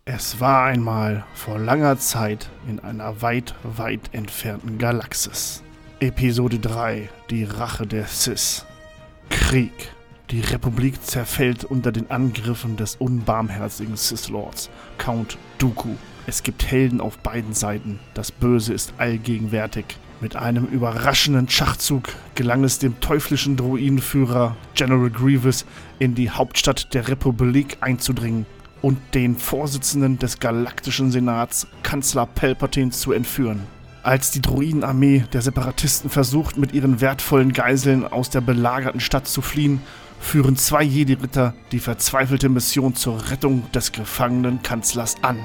Es war einmal vor langer Zeit in einer weit, weit entfernten Galaxis. Episode 3: Die Rache der Sith. Krieg. Die Republik zerfällt unter den Angriffen des unbarmherzigen Sith-Lords, Count Dooku. Es gibt Helden auf beiden Seiten. Das Böse ist allgegenwärtig. Mit einem überraschenden Schachzug gelang es dem teuflischen Droidenführer General Grievous in die Hauptstadt der Republik einzudringen und den Vorsitzenden des Galaktischen Senats, Kanzler Palpatine, zu entführen. Als die Droidenarmee der Separatisten versucht, mit ihren wertvollen Geiseln aus der belagerten Stadt zu fliehen, führen 2 Jedi-Ritter die verzweifelte Mission zur Rettung des gefangenen Kanzlers an.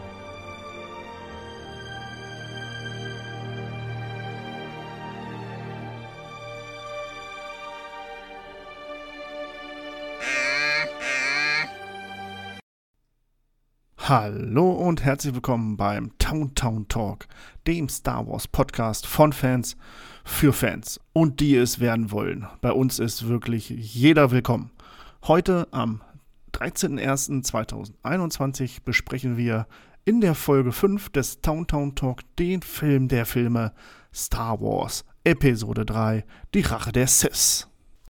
Hallo und herzlich willkommen beim Town Talk, dem Star Wars Podcast von Fans für Fans und die es werden wollen. Bei uns ist wirklich jeder willkommen. Heute am 13.01.2021 besprechen wir in der Folge 5 des Town Talk den Film der Filme Star Wars Episode 3: Die Rache der Sith.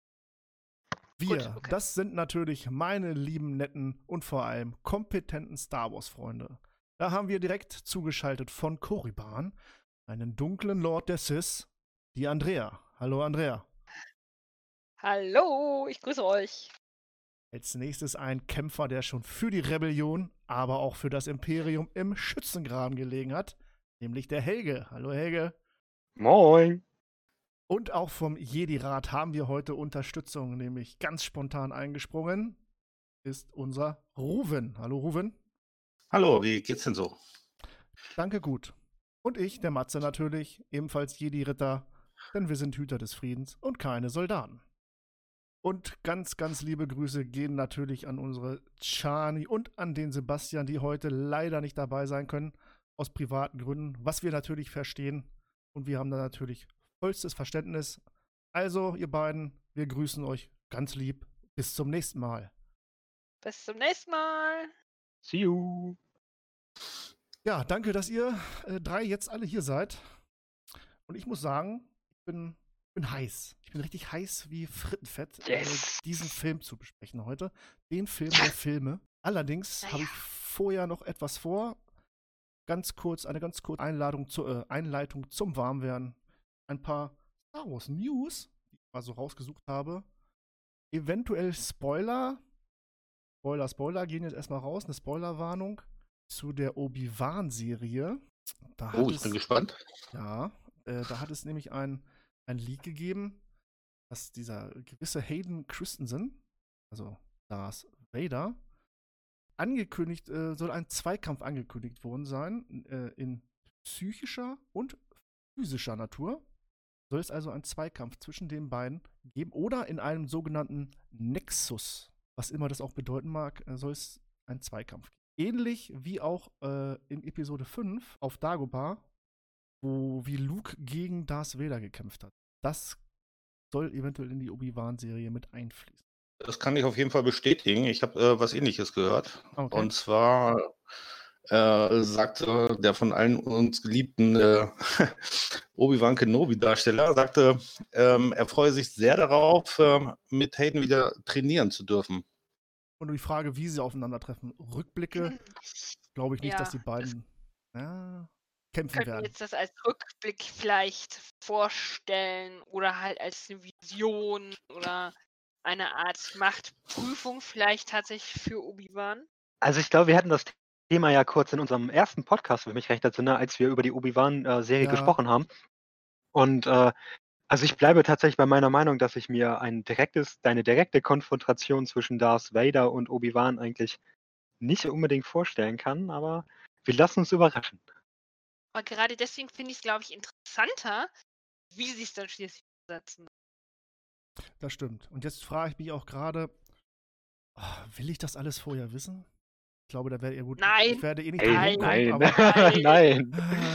Das sind natürlich meine lieben, netten und vor allem kompetenten Star Wars-Freunde. Da haben wir direkt zugeschaltet von Korriban, einen dunklen Lord der Sith, die Andrea. Hallo Andrea. Hallo, ich grüße euch. Als nächstes ein Kämpfer, der schon für die Rebellion, aber auch für das Imperium im Schützengraben gelegen hat, nämlich der Helge. Hallo Helge. Moin. Und auch vom Jedi-Rat haben wir heute Unterstützung, nämlich ganz spontan eingesprungen ist unser Ruven. Hallo Ruven. Hallo, wie geht's denn so? Danke, gut. Und ich, der Matze natürlich, ebenfalls Jedi-Ritter, denn wir sind Hüter des Friedens und keine Soldaten. Und ganz, ganz liebe Grüße gehen natürlich an unsere Chani und an den Sebastian, die heute leider nicht dabei sein können, aus privaten Gründen, was wir natürlich verstehen. Und wir haben da natürlich vollstes Verständnis. Also, ihr beiden, wir grüßen euch ganz lieb. Bis zum nächsten Mal. Bis zum nächsten Mal. See you. Ja, danke, dass ihr 3 jetzt alle hier seid. Und ich muss sagen, ich bin heiß. Ich bin richtig heiß wie Frittenfett, diesen Film zu besprechen heute. Den Film der Filme. Allerdings habe ich vorher noch etwas vor. Eine ganz kurze Einleitung zum Warmwerden. Ein paar Star Wars News, die ich mal so rausgesucht habe. Eventuell Spoiler gehen jetzt erstmal raus. Eine Spoilerwarnung zu der Obi-Wan-Serie. Ich bin gespannt. Ja, da hat es nämlich ein Leak gegeben, dass dieser gewisse Hayden Christensen, also Darth Vader, soll ein Zweikampf angekündigt worden sein, in psychischer und physischer Natur. Soll es also einen Zweikampf zwischen den beiden geben oder in einem sogenannten Nexus, was immer das auch bedeuten mag, soll es einen Zweikampf geben. Ähnlich wie auch in Episode 5 auf Dagobah, wie Luke gegen Darth Vader gekämpft hat. Das soll eventuell in die Obi-Wan-Serie mit einfließen. Das kann ich auf jeden Fall bestätigen. Ich habe was Ähnliches gehört. Okay. Und zwar sagte der von allen uns geliebten Obi-Wan Kenobi-Darsteller, sagte, er freue sich sehr darauf, mit Hayden wieder trainieren zu dürfen. Und die Frage, wie sie aufeinandertreffen. Rückblicke, glaube ich nicht, dass die beiden kämpfen werden. Jetzt das als Rückblick vielleicht vorstellen oder halt als eine Vision oder eine Art Machtprüfung vielleicht tatsächlich für Obi-Wan? Also ich glaube, wir hatten das Thema ja kurz in unserem ersten Podcast, wenn ich mich recht entsinne, als wir über die Obi-Wan-Serie gesprochen haben. Und also ich bleibe tatsächlich bei meiner Meinung, dass ich mir eine direkte Konfrontation zwischen Darth Vader und Obi-Wan eigentlich nicht unbedingt vorstellen kann, aber wir lassen uns überraschen. Aber gerade deswegen finde ich es, glaube ich, interessanter, wie sie es dann schließlich umsetzen. Das stimmt. Und jetzt frage ich mich auch gerade, will ich das alles vorher wissen? Ich glaube, da wäre ihr gut. Nein. Ich werde nicht Nein.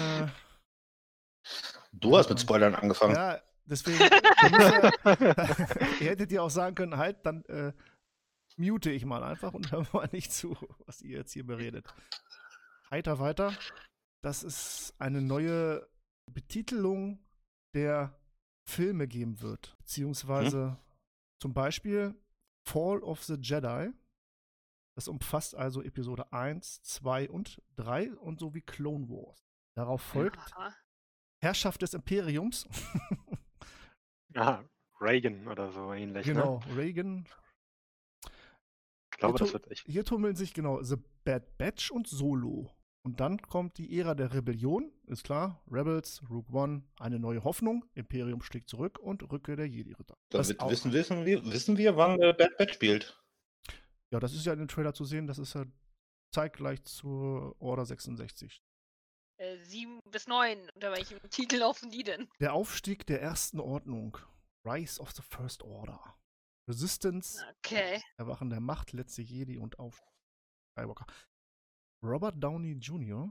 Du hast mit Spoilern angefangen. Ja, deswegen. Ihr hättet ja auch sagen können, halt, dann mute ich mal einfach und höre mal nicht zu, was ihr jetzt hier beredet. Heiter weiter. Dass es eine neue Betitelung der Filme geben wird. Beziehungsweise zum Beispiel Fall of the Jedi. Das umfasst also Episode 1, 2 und 3 und sowie Clone Wars. Darauf folgt Aha. Herrschaft des Imperiums. Ja, Reagan oder so ähnlich. Genau, Ne? Reagan. Ich glaube, das wird echt. Hier tummeln sich genau The Bad Batch und Solo. Und dann kommt die Ära der Rebellion, ist klar. Rebels, Rogue One, eine neue Hoffnung, Imperium schlägt zurück und Rückkehr der Jedi-Ritter. Dann wissen wir, wann Bad Batch spielt. Ja, das ist ja in dem Trailer zu sehen, das ist ja zeitgleich zur Order 66. 7 bis 9. Unter welchem Titel laufen die denn? Der Aufstieg der ersten Ordnung. Rise of the First Order. Resistance, Okay. Erwachen der Macht, letzte Jedi und Aufstieg Skywalker. Robert Downey Jr.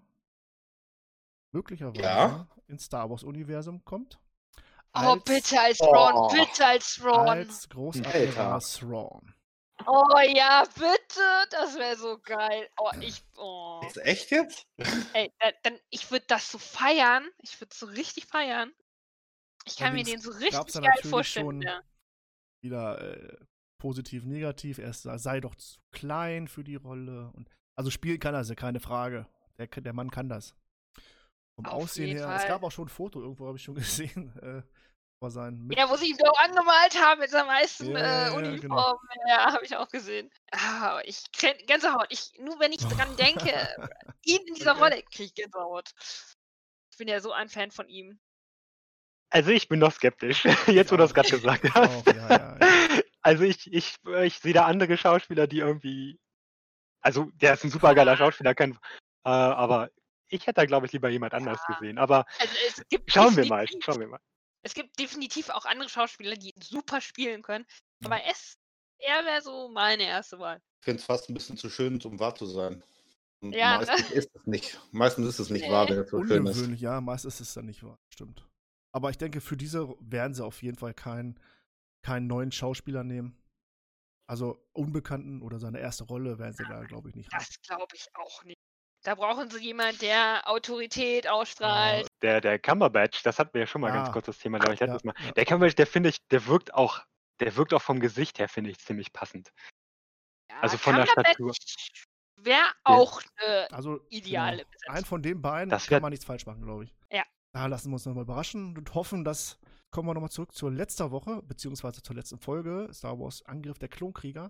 möglicherweise ins Star Wars-Universum kommt. Oh, bitte als Thrawn, bitte als Thrawn. Als Großadmiral Thrawn. Oh ja, bitte, das wäre so geil. Ist echt jetzt? Ey, ich würde das so feiern. Ich würde so richtig feiern. Ich kann mir den so richtig geil vorstellen. Ja. Wieder positiv, negativ. Er sei doch zu klein für die Rolle. Und, also spielen kann er sie, keine Frage. Der Mann kann das. Vom Aussehen her. Es gab auch schon ein Foto, irgendwo habe ich schon gesehen. Wo sie ihn blau angemalt haben mit seiner weißen Uniform. Genau. Ja, habe ich auch gesehen. Ich kriege Gänsehaut. Nur wenn ich dran denke, ihn in dieser Rolle, kriege ich Gänsehaut. Ich bin ja so ein Fan von ihm. Also ich bin noch skeptisch, jetzt wo du das gerade gesagt hast. Ja. Also ich sehe da andere Schauspieler, die irgendwie. Also der ist ein super geiler Schauspieler, aber ich hätte da, glaube ich, lieber jemand anders gesehen. Aber also schauen wir mal. Es gibt definitiv auch andere Schauspieler, die super spielen können. Aber er wäre so meine erste Wahl. Ich finde es fast ein bisschen zu schön, um wahr zu sein. Und ja, meistens ist es nicht. Meistens ist es nicht wahr, wenn es so schön ist. Ja, meistens ist es dann nicht wahr. Stimmt. Aber ich denke, für diese werden sie auf jeden Fall keinen neuen Schauspieler nehmen. Also Unbekannten oder seine erste Rolle werden sie da, glaube ich, nicht. Das glaube ich auch nicht. Da brauchen sie jemanden, der Autorität ausstrahlt. Der Cumberbatch, das hatten wir ja schon mal ganz kurz das Thema, glaube ich, letztes Mal. Der Cumberbatch, der finde ich, der wirkt auch vom Gesicht her, finde ich, ziemlich passend. Ja, also von der Statur. Wäre auch eine ideale Besetzung. Einen von den beiden kann man nichts falsch machen, glaube ich. Ja. Da lassen wir uns nochmal überraschen und hoffen, dass. Kommen wir nochmal zurück zur letzten Woche, beziehungsweise zur letzten Folge, Star Wars Angriff der Klonkrieger.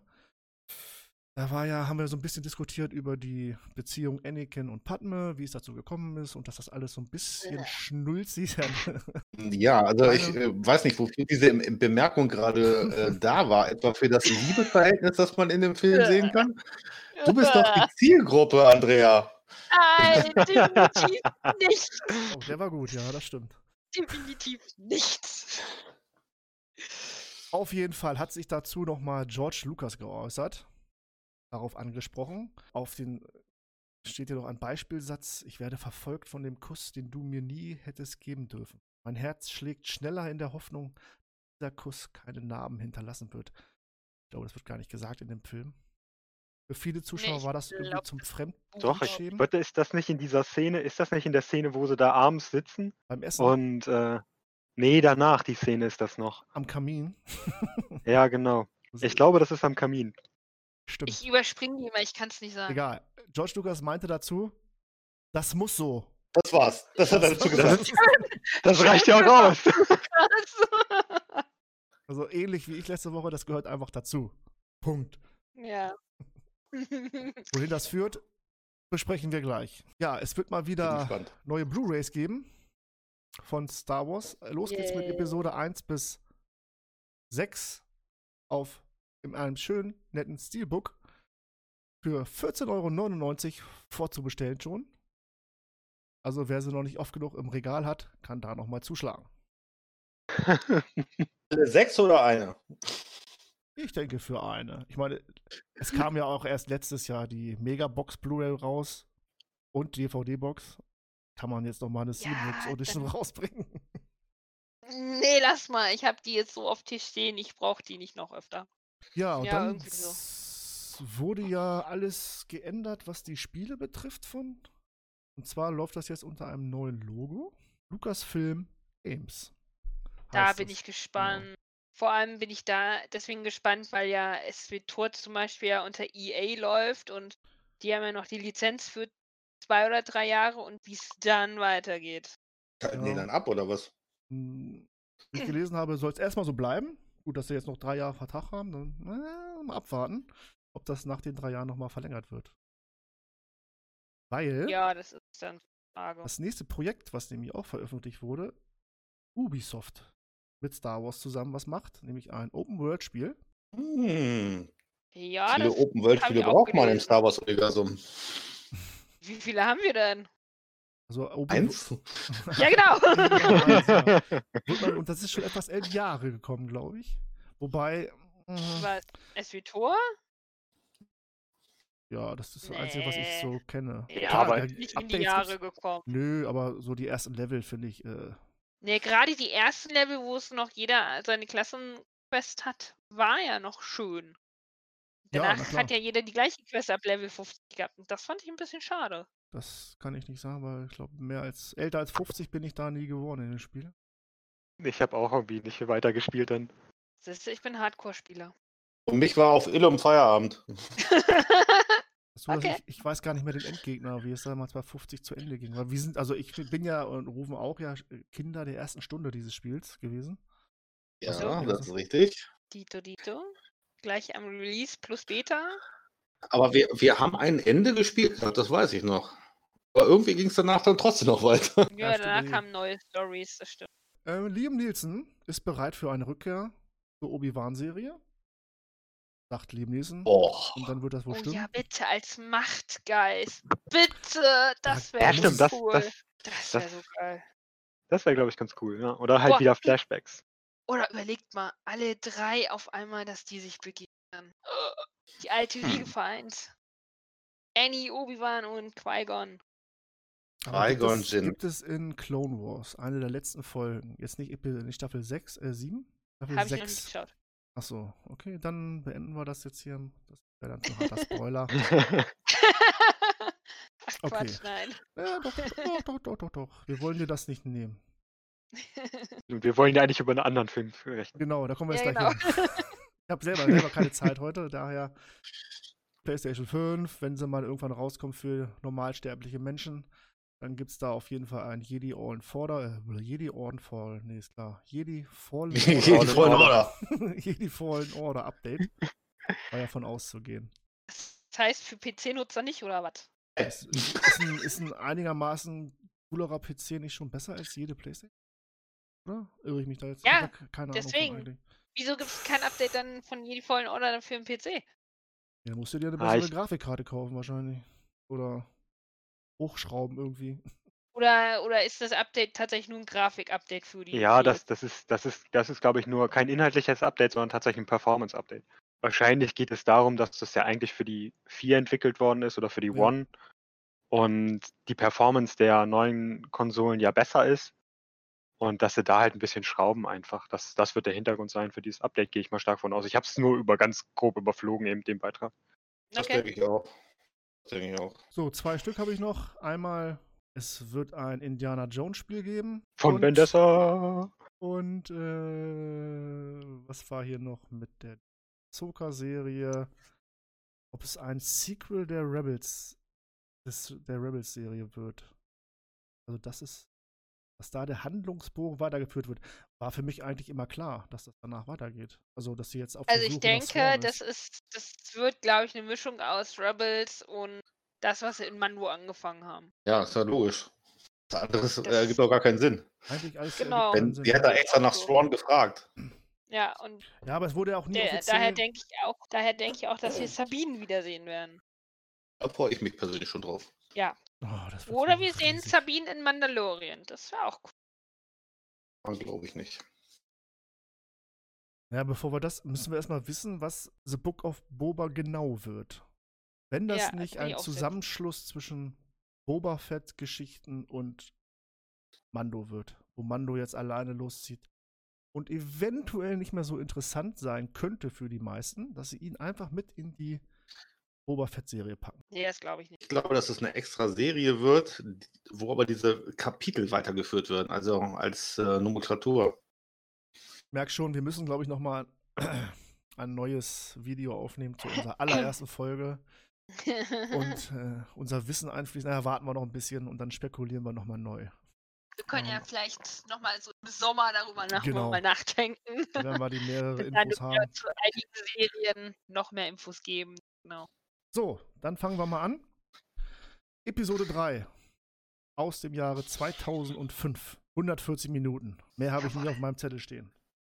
Da haben wir so ein bisschen diskutiert über die Beziehung Anakin und Padme, wie es dazu gekommen ist und dass das alles so ein bisschen schnulzig ist. Ja, also ich weiß nicht, wofür diese Bemerkung gerade da war. Etwa für das Liebesverhältnis, das man in dem Film sehen kann. Du bist doch die Zielgruppe, Andrea. Nein, definitiv nicht. Oh, der war gut, ja, das stimmt. Definitiv nichts. Auf jeden Fall hat sich dazu nochmal George Lucas geäußert. Darauf angesprochen. Steht hier noch ein Beispielsatz: Ich werde verfolgt von dem Kuss, den du mir nie hättest geben dürfen. Mein Herz schlägt schneller in der Hoffnung, dass dieser Kuss keinen Narben hinterlassen wird. Ich glaube, das wird gar nicht gesagt in dem Film. Für viele Zuschauer war das irgendwie zum Fremdbuch. Doch, ist das nicht in dieser Szene? Ist das nicht in der Szene, wo sie da abends sitzen? Beim Essen? Und nee, danach die Szene ist das noch. Am Kamin? Ja, genau. Ich glaube, das ist am Kamin. Stimmt. Ich überspringe die, weil ich kann es nicht sagen. Egal. George Lucas meinte dazu, das muss so. Das war's. Das hat er dazu gesagt. Das reicht ja auch raus. Also ähnlich wie ich letzte Woche, das gehört einfach dazu. Punkt. Ja. Wohin das führt, besprechen wir gleich. Ja, es wird mal wieder neue Blu-rays geben von Star Wars. Los geht's mit Episode 1 bis 6 in einem schönen, netten Steelbook für 14,99 € vorzubestellen schon. Also wer sie noch nicht oft genug im Regal hat, kann da nochmal zuschlagen. 6 oder eine? Ich denke für eine. Ich meine, es kam ja auch erst letztes Jahr die Megabox Blu-ray raus und DVD-Box. Kann man jetzt nochmal eine Steelbook Edition rausbringen? Nee, lass mal. Ich habe die jetzt so auf Tisch stehen. Ich brauche die nicht noch öfter. Ja, und dann so. Es wurde ja alles geändert, was die Spiele betrifft Und zwar läuft das jetzt unter einem neuen Logo. Lucasfilm Games. Da heißt bin das. ich gespannt. Vor allem bin ich da deswegen gespannt, weil ja SWTOR zum Beispiel ja unter EA läuft und die haben ja noch die Lizenz für 2 oder 3 Jahre und wie es dann weitergeht. Schalten die dann ab, oder was? Wie ich gelesen habe, soll es erstmal so bleiben. Gut, dass sie jetzt noch 3 Jahre Vertrag haben, dann mal abwarten, ob das nach den 3 Jahren nochmal verlängert wird. Weil Ja, das ist dann die Frage. das nächste Projekt, was nämlich auch veröffentlicht wurde, Ubisoft mit Star Wars zusammen was macht, nämlich ein Open-World-Spiel. Ja, Viele das Open-World-Spiele hab ich auch braucht man im gelesen. Star Wars-Universum. Wie viele haben wir denn? Also Eins? Ja, genau. Und das ist schon etwas 11 Jahre gekommen, glaube ich. Wobei, Was? SWTOR? ja, das ist das Einzige, was ich Nee. so kenne. Ja, Klar, aber ja, Nicht in die Updates Jahre gibt's- gekommen. Nö, aber so die ersten Level finde ich, Ne, gerade die ersten Level, wo es noch jeder seine Klassenquest hat, war ja noch schön. Ja, na Danach klar. hat ja jeder die gleiche Quest ab Level 50 gehabt und das fand ich ein bisschen schade. Das kann ich nicht sagen, weil ich glaube, älter als 50 bin ich da nie geworden in den Spielen. Ich habe auch irgendwie nicht weiter gespielt dann. Siehste, ich bin Hardcore-Spieler. Und mich war auf Illum Feierabend. Okay. Ich weiß gar nicht mehr den Endgegner, wie es damals bei 50 zu Ende ging. Weil ich bin ja und rufen auch ja Kinder der ersten Stunde dieses Spiels gewesen. Ja, So. das ist richtig. Dito. Gleich am Release plus Beta. Aber wir haben ein Ende gespielt, das weiß ich noch. Aber irgendwie ging es danach dann trotzdem noch weiter. Ja, stimmt, danach nee. kamen neue Stories, das stimmt. Liam Neeson ist bereit für eine Rückkehr zur Obi-Wan-Serie. Sagt Liam Neeson. Boah. Und dann wird das wohl Oh stimmen. ja, bitte, als Machtgeist. Bitte, das Ja, wäre Ja, stimmt, cool. Das wäre das- so geil. Das wäre, glaube ich, ganz cool. Ja? Oder halt Boah, wieder Flashbacks. Oder überlegt mal, alle 3 auf einmal, dass die sich begegnen. Die alte Riege vereint. Annie, Obi-Wan und Qui-Gon. Aber Qui-Gon Jinn. gibt es in Clone Wars, eine der letzten Folgen, jetzt nicht Staffel 6, 7? Staffel Habe ich noch nicht 6. geschaut. Achso, okay, dann beenden wir das jetzt hier. Das wäre dann zu harter Spoiler. Ach Okay. Quatsch, nein. Ja, doch. Wir wollen dir das nicht nehmen. Und wir wollen ja eigentlich über einen anderen Film rechnen. Genau, da kommen wir Ja, jetzt gleich hin. Ich habe selber keine Zeit heute, daher PlayStation 5, wenn sie mal irgendwann rauskommt für normalsterbliche Menschen, dann gibt es da auf jeden Fall ein Jedi Fallen Order. Jedi Fallen Order Update. War ja von auszugehen. Das heißt für PC-Nutzer nicht, oder was? Ist ein einigermaßen coolerer PC nicht schon besser als jede PlayStation? Oder? Irre ich mich da jetzt? Ja, Ich hab keine deswegen. Ahnung von eigentlich. Wieso gibt es kein Update dann von Jedi Fallen Order für den PC? Ja, dann musst du dir eine Ah, bessere ich- Grafikkarte kaufen wahrscheinlich. Oder hochschrauben irgendwie. Oder ist das Update tatsächlich nur ein Grafik-Update für die? Ja, für- das ist, glaube ich, nur kein inhaltliches Update, sondern tatsächlich ein Performance-Update. Wahrscheinlich geht es darum, dass das ja eigentlich für die 4 entwickelt worden ist oder für die Ja. One und die Performance der neuen Konsolen ja besser ist und dass sie da halt ein bisschen schrauben einfach. Das wird der Hintergrund sein für dieses Update, gehe ich mal stark von aus. Ich habe es nur ganz grob überflogen, eben den Beitrag. Das Okay. denke ich auch. So, 2 Stück habe ich noch. Einmal, es wird ein Indiana Jones Spiel geben. Von Und- Bendessa. Und was war hier noch mit der Ahsoka-Serie? Ob es ein Sequel der Rebels-Serie wird. Also das ist, dass da der Handlungsbogen weitergeführt wird, war für mich eigentlich immer klar, dass das danach weitergeht. Also, dass sie jetzt auf der Also ich Suche nach denke, Thrawn das wird, glaube ich, eine Mischung aus Rebels und das, was sie in Mando angefangen haben. Ja, ist ja logisch. Das andere Das- gibt doch gar keinen Sinn. Eigentlich alles Genau. ergibt keinen Wenn, Sinn. die hat da extra nach Thrawn gefragt. Ja, und Ja, aber es wurde ja auch nie daher offiziell. denke ich auch, dass wir Sabine wiedersehen werden. Da freue ich mich persönlich schon drauf. Oh, das wird Oder so wir sehen riesig. Sabine in Mandalorian. Das wäre auch cool. Man glaube ich nicht. Ja, bevor wir das, müssen wir erstmal wissen, was The Book of Boba genau wird. Wenn das Ja, nicht bin ich ein auch sehr Zusammenschluss zwischen Boba Fett-Geschichten und Mando wird, wo Mando jetzt alleine loszieht und eventuell nicht mehr so interessant sein könnte für die meisten, dass sie ihn einfach mit in die Boba Fett-Serie packen. Nee, das glaube ich nicht. Ich glaube, dass es eine extra Serie wird, wo aber diese Kapitel weitergeführt werden, also als Nomenklatur. Merk schon, wir müssen, glaube ich, nochmal ein neues Video aufnehmen zu unserer allerersten Folge und unser Wissen einfließen. Naja, warten wir noch ein bisschen und dann spekulieren wir nochmal neu. Wir können ja vielleicht nochmal so im Sommer darüber Genau. mal nachdenken. Wenn wir die mehrere Dann Infos wieder haben. zu einigen Serien noch mehr Infos geben. Genau. So, dann fangen wir mal an. Episode 3 aus dem Jahre 2005. 140 Minuten. Mehr habe ich nie auf meinem Zettel stehen.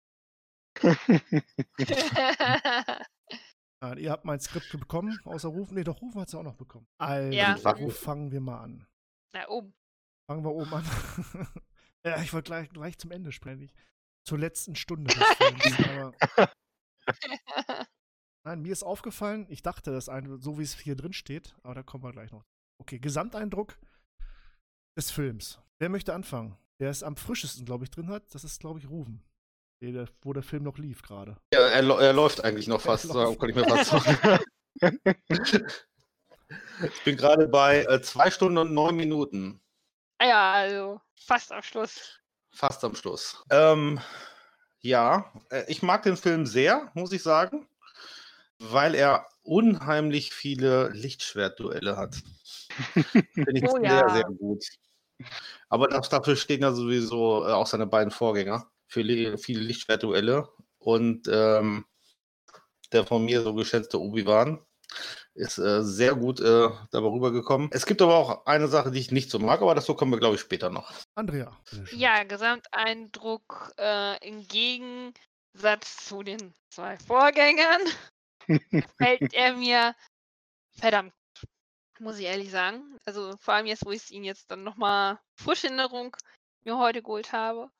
Ihr habt mein Skript bekommen, außer Rufen. Nee, doch, Rufen hat es ja auch noch bekommen. Also, Ja. wo fangen wir mal an? Na, oben. Fangen wir oben an. Ja, ich wollte gleich zum Ende sprechen. Zur letzten Stunde des Films. Aber nein, mir ist aufgefallen, ich dachte, das eine, so wie es hier drin steht, aber da kommen wir gleich noch. Okay, Gesamteindruck des Films. Wer möchte anfangen? Der es am frischesten, glaube ich, drin hat, das ist, glaube ich, Ruven. Wo der Film noch lief gerade. Ja, er läuft eigentlich noch fast, kann ich mir fast sagen. Ich bin gerade bei 2 Stunden und 9 Minuten. Ja, also fast am Schluss. Fast am Schluss. Ja, ich mag den Film sehr, muss ich sagen, weil er unheimlich viele Lichtschwertduelle hat. Finde ich sehr, sehr gut. Aber dafür stehen ja sowieso auch seine beiden Vorgänger für viele Lichtschwertduelle. Und der von mir so geschätzte Obi-Wan ist sehr gut dabei rübergekommen. Es gibt aber auch eine Sache, die ich nicht so mag, aber dazu kommen wir, glaube ich, später noch. Andrea. Ja, Gesamteindruck im Gegensatz zu den 2 Vorgängern gefällt er mir verdammt gut, muss ich ehrlich sagen. Also vor allem jetzt, wo ich ihn jetzt dann nochmal frisch in Erinnerung mir heute geholt habe.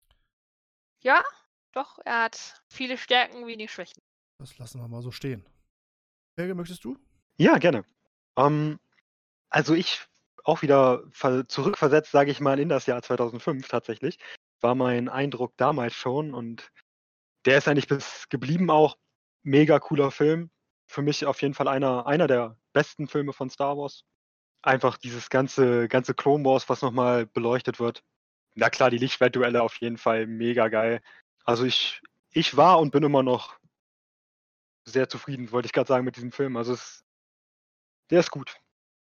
Ja, doch, er hat viele Stärken, wenig Schwächen. Das lassen wir mal so stehen. Helge, möchtest du? Ja, gerne. Also ich auch wieder zurückversetzt, sage ich mal, in das Jahr 2005 tatsächlich. War mein Eindruck damals schon und der ist eigentlich bis geblieben auch. Mega cooler Film. Für mich auf jeden Fall einer der besten Filme von Star Wars. Einfach dieses ganze Clone Wars, was nochmal beleuchtet wird. Na klar, die Lichtschwertduelle auf jeden Fall mega geil. Also ich war und bin immer noch sehr zufrieden, wollte ich gerade sagen, mit diesem Film. Also der ist gut.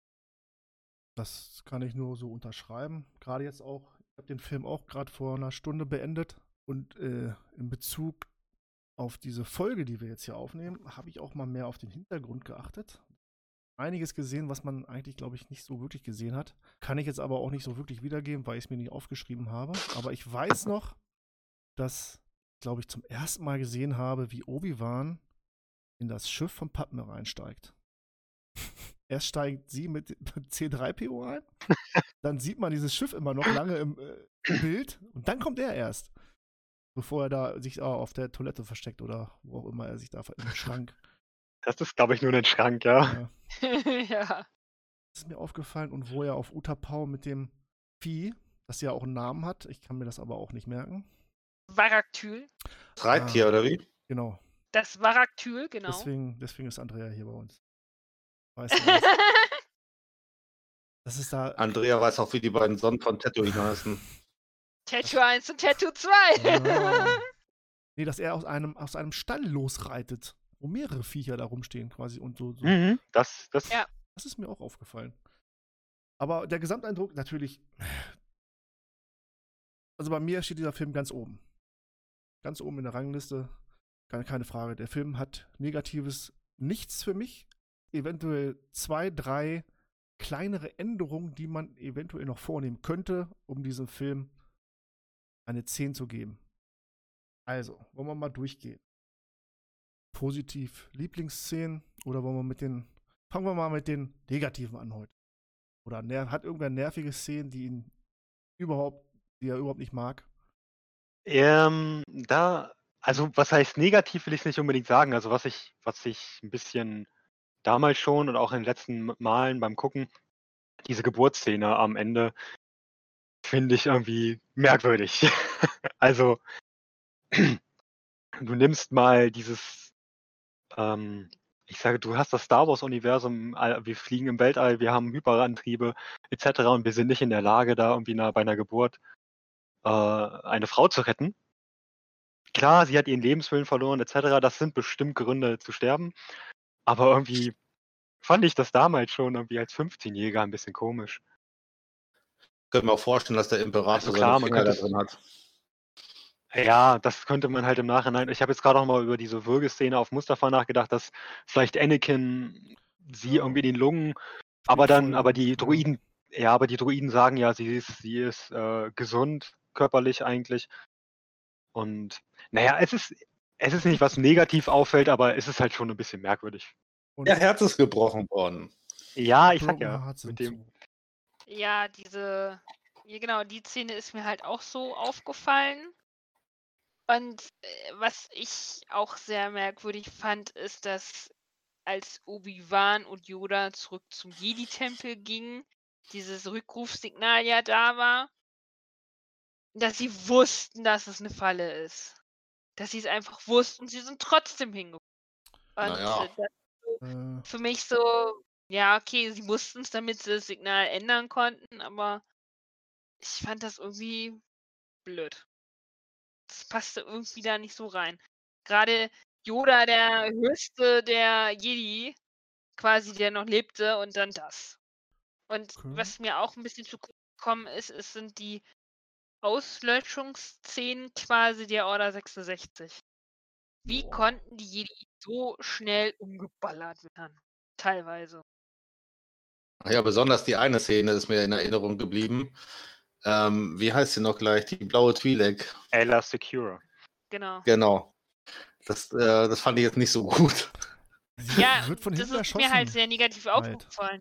Das kann ich nur so unterschreiben. Gerade jetzt auch, ich habe den Film auch gerade vor einer Stunde beendet und in Bezug auf diese Folge, die wir jetzt hier aufnehmen, habe ich auch mal mehr auf den Hintergrund geachtet. Einiges gesehen, was man eigentlich, glaube ich, nicht so wirklich gesehen hat. Kann ich jetzt aber auch nicht so wirklich wiedergeben, weil ich es mir nicht aufgeschrieben habe. Aber ich weiß noch, dass, glaube ich, zum ersten Mal gesehen habe, wie Obi-Wan in das Schiff von Padme reinsteigt. Erst steigt sie mit C3PO ein, dann sieht man dieses Schiff immer noch lange im Bild und dann kommt er erst, bevor er da sich auf der Toilette versteckt oder wo auch immer er sich da im Schrank. Das ist, glaube ich, nur ein Schrank, ja. Ja. Das ist mir aufgefallen und wo er auf Utapau mit dem Vieh, das ja auch einen Namen hat, ich kann mir das aber auch nicht merken. Varaktyl. Das Reittier, oder wie? Genau. Das Varaktyl, genau. Deswegen ist Andrea hier bei uns. Weißt du was? Das ist da. Andrea weiß auch, wie die beiden Sonnen von Tatooine heißen. Tattoo 1 und Tattoo 2. Ja. Nee, dass er aus einem Stall losreitet, wo mehrere Viecher da rumstehen quasi und so. Mhm, das ist mir auch aufgefallen. Aber der Gesamteindruck natürlich. Also bei mir steht dieser Film ganz oben. Ganz oben in der Rangliste. Keine Frage. Der Film hat Negatives nichts für mich. Eventuell 2, 3 kleinere Änderungen, die man eventuell noch vornehmen könnte, um diesem Film eine 10 zu geben. Also, wollen wir mal durchgehen. Positiv Lieblingsszenen oder wollen wir fangen wir mal mit den Negativen an heute. Oder hat irgendwer nervige Szenen, die er überhaupt nicht mag? Also was heißt negativ, will ich es nicht unbedingt sagen. Also was ich ein bisschen damals schon und auch in den letzten Malen beim Gucken, diese Geburtsszene am Ende, finde ich irgendwie merkwürdig. Also du nimmst mal dieses ich sage, du hast das Star Wars-Universum, wir fliegen im Weltall, wir haben Hyperantriebe etc. und wir sind nicht in der Lage, da irgendwie bei einer Geburt eine Frau zu retten. Klar, sie hat ihren Lebenswillen verloren etc. Das sind bestimmt Gründe zu sterben. Aber irgendwie fand ich das damals schon irgendwie als 15-Jähriger ein bisschen komisch. Ich könnte mir auch vorstellen, dass der Imperator Also klar, man seine Finger könnte da drin hat. Ja, das könnte man halt im Nachhinein. Ich habe jetzt gerade auch mal über diese Würgeszene auf Mustafa nachgedacht, dass vielleicht Anakin sie irgendwie in den Lungen, aber die Droiden, aber die Droiden sagen ja, sie ist gesund, körperlich eigentlich. Und naja, es ist nicht, was negativ auffällt, aber es ist halt schon ein bisschen merkwürdig. Und Ihr Herz ist gebrochen worden. Ja, ich sag Broken ja, Hearts mit und dem, so. Ja, genau, die Szene ist mir halt auch so aufgefallen. Und was ich auch sehr merkwürdig fand, ist, dass als Obi-Wan und Yoda zurück zum Jedi-Tempel gingen, dieses Rückrufsignal ja da war, dass sie wussten, dass es eine Falle ist. Dass sie es einfach wussten, sie sind trotzdem hingekommen. Und Naja. das Äh, für mich so, ja, okay, sie wussten es, damit sie das Signal ändern konnten, aber ich fand das irgendwie blöd. Das passte irgendwie da nicht so rein. Gerade Yoda, der höchste der Jedi, quasi, der noch lebte, und dann das. Und Okay. was mir auch ein bisschen zu kurz gekommen ist, es sind die Auslöschungsszenen quasi der Order 66. Wie konnten die Jedi so schnell umgeballert werden? Teilweise. Ja, besonders die eine Szene ist mir in Erinnerung geblieben. Wie heißt sie noch gleich? Die blaue Twi'lek. Ayla Secure. Genau. Genau. Das fand ich jetzt nicht so gut. sie Ja, wird von das hinten ist mir halt erschossen. sehr negativ Halt. aufgefallen.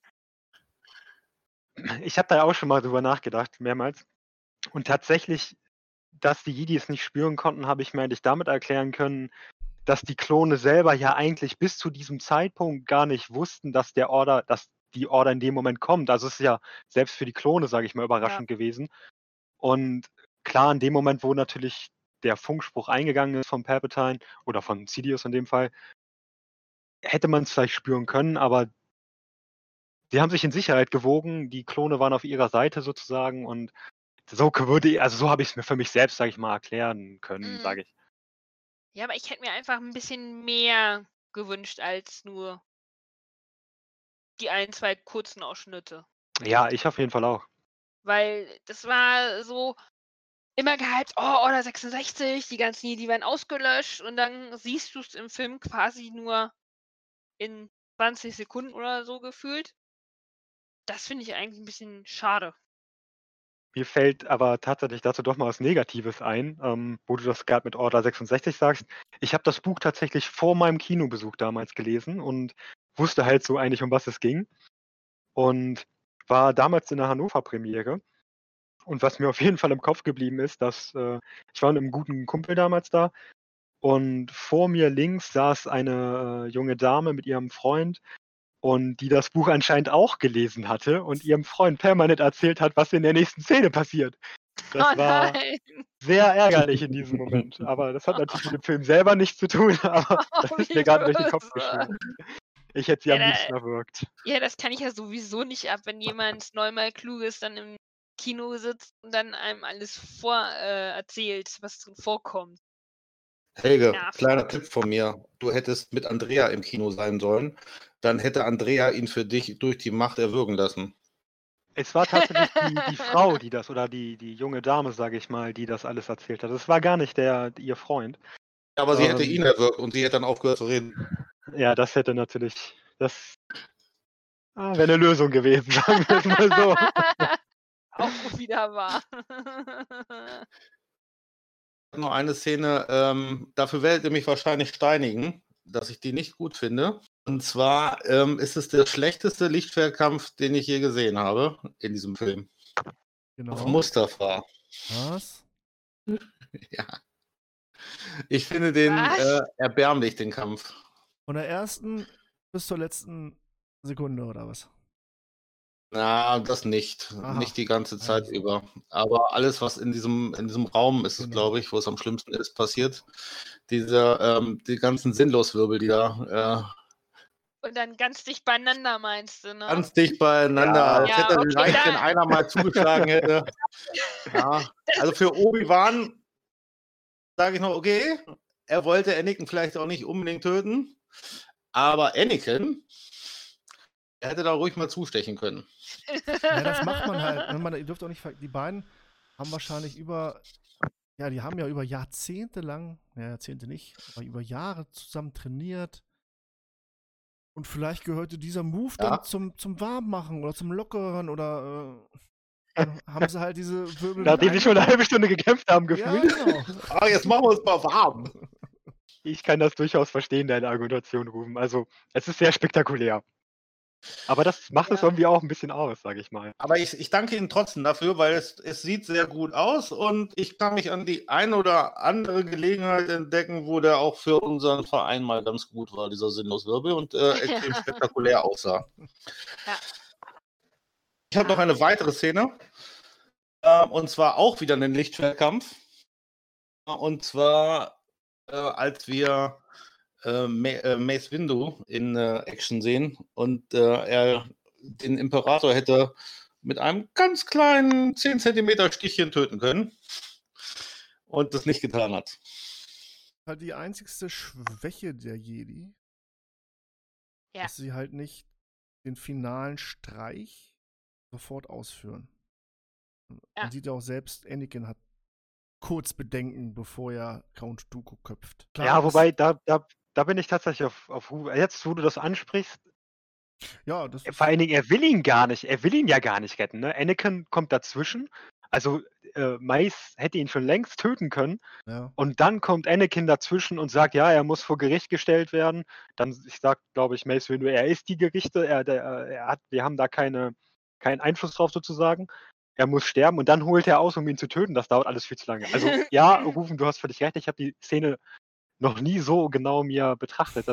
Ich habe da auch schon mal drüber nachgedacht, mehrmals. Und tatsächlich, dass die Jedis nicht spüren konnten, habe ich mir eigentlich damit erklären können, dass die Klone selber ja eigentlich bis zu diesem Zeitpunkt gar nicht wussten, dass die Order in dem Moment kommt. Also es ist ja selbst für die Klone, sage ich mal, überraschend gewesen. Und klar, in dem Moment, wo natürlich der Funkspruch eingegangen ist von Palpatine oder von Sidious in dem Fall, hätte man es vielleicht spüren können, aber sie haben sich in Sicherheit gewogen, die Klone waren auf ihrer Seite sozusagen und so habe ich es mir für mich selbst, sage ich mal, erklären können, sage ich. Ja, aber ich hätte mir einfach ein bisschen mehr gewünscht als nur die 1, 2 kurzen Ausschnitte. Ja, ich auf jeden Fall auch. Weil das war so immer gehypt, oh, Order 66, die ganzen Jedi werden ausgelöscht und dann siehst du es im Film quasi nur in 20 Sekunden oder so gefühlt. Das finde ich eigentlich ein bisschen schade. Mir fällt aber tatsächlich dazu doch mal was Negatives ein, wo du das gerade mit Order 66 sagst. Ich habe das Buch tatsächlich vor meinem Kinobesuch damals gelesen und wusste halt so eigentlich, um was es ging. Und war damals in der Hannover-Premiere. Und was mir auf jeden Fall im Kopf geblieben ist, dass ich war mit einem guten Kumpel damals da und vor mir links saß eine junge Dame mit ihrem Freund und die das Buch anscheinend auch gelesen hatte und ihrem Freund permanent erzählt hat, was in der nächsten Szene passiert. Das war nein! sehr ärgerlich in diesem Moment. Aber das hat natürlich mit dem Film selber nichts zu tun, aber das ist wie mir gerade durch den Kopf böse. geschossen. Ich hätte sie Ja, am liebsten erwürgt. Ja, das kann ich ja sowieso nicht ab, wenn jemand neunmal Kluges dann im Kino sitzt und dann einem alles erzählt, was drin vorkommt. Helge, Nervt. kleiner Tipp von mir. Du hättest mit Andrea im Kino sein sollen. Dann hätte Andrea ihn für dich durch die Macht erwürgen lassen. Es war tatsächlich die Frau, die das, oder die junge Dame, sage ich mal, die das alles erzählt hat. Es war gar nicht ihr Freund. Aber sie hätte ihn erwürgt und sie hätte dann aufgehört zu reden. Ja, das hätte natürlich, das wäre eine Lösung gewesen, sagen wir es mal so. Auch wieder wahr. Noch eine Szene, dafür werdet ihr mich wahrscheinlich steinigen, dass ich die nicht gut finde. Und zwar ist es der schlechteste Lichtschwertkampf, den ich je gesehen habe in diesem Film. Genau. Auf Mustafa. Was? Ja. Ich finde den Was? erbärmlich, den Kampf. Von der ersten bis zur letzten Sekunde oder was? Na, das nicht. Aha. Nicht die ganze Zeit Also. über. Aber alles, was in diesem Raum ist, Genau. glaube ich, wo es am schlimmsten ist, passiert. Die ganzen Sinnloswirbel, die da Und dann ganz dicht beieinander, meinst du, ne? Ganz dicht beieinander, Ja. als Ja, hätte okay, gereicht, wenn da- einer mal zugeschlagen hätte. Ja. Also für Obi-Wan sage ich noch, okay, er wollte Anakin vielleicht auch nicht unbedingt töten, aber Anakin, er hätte da ruhig mal zustechen können. Ja, das macht man halt. Ihr dürft auch nicht die beiden haben wahrscheinlich die haben ja über Jahrzehnte lang, Jahrzehnte nicht, aber über Jahre zusammen trainiert. Und vielleicht gehörte dieser Move Ja. dann zum Warmmachen oder zum Lockeren oder dann haben sie halt diese Wirbel. Nachdem sie schon eine halbe Stunde gekämpft haben, Ja, gefühlt. genau. Aber jetzt machen wir uns mal warm. Ich kann das durchaus verstehen, deine Argumentation, Ruben. Also, es ist sehr spektakulär. Aber das macht es Ja. irgendwie auch ein bisschen aus, sage ich mal. Aber ich danke Ihnen trotzdem dafür, weil es sieht sehr gut aus und ich kann mich an die eine oder andere Gelegenheit entdecken, wo der auch für unseren Verein mal ganz gut war, dieser Sinnloswirbel und extrem spektakulär aussah. Ja. Ich habe noch eine weitere Szene und zwar auch wieder einen Lichtschwertkampf. Und zwar, als wir Mace Windu in Action sehen und er den Imperator hätte mit einem ganz kleinen 10 cm Stichchen töten können und das nicht getan hat. Halt die einzigste Schwäche der Jedi, Ja. dass sie halt nicht den finalen Streich sofort ausführen. Ja. Man sieht ja auch selbst, Anakin hat kurz Bedenken, bevor er Count Dooku köpft. Klar, Ja, wobei, da bin ich tatsächlich auf Ruben. Jetzt, wo du das ansprichst, ja, das ist, vor allen Dingen, er will ihn ja gar nicht retten. Ne? Anakin kommt dazwischen. Also, Mace hätte ihn schon längst töten können. ja. Und dann kommt Anakin dazwischen und sagt, ja, er muss vor Gericht gestellt werden. Dann sagt, glaube ich, Mace Windu, er ist die Gerichte, wir haben da keinen Einfluss drauf sozusagen. Er muss sterben und dann holt er aus, um ihn zu töten. Das dauert alles viel zu lange. Also ja, Rufen, du hast völlig recht. Ich habe die Szene noch nie so genau mir betrachtet.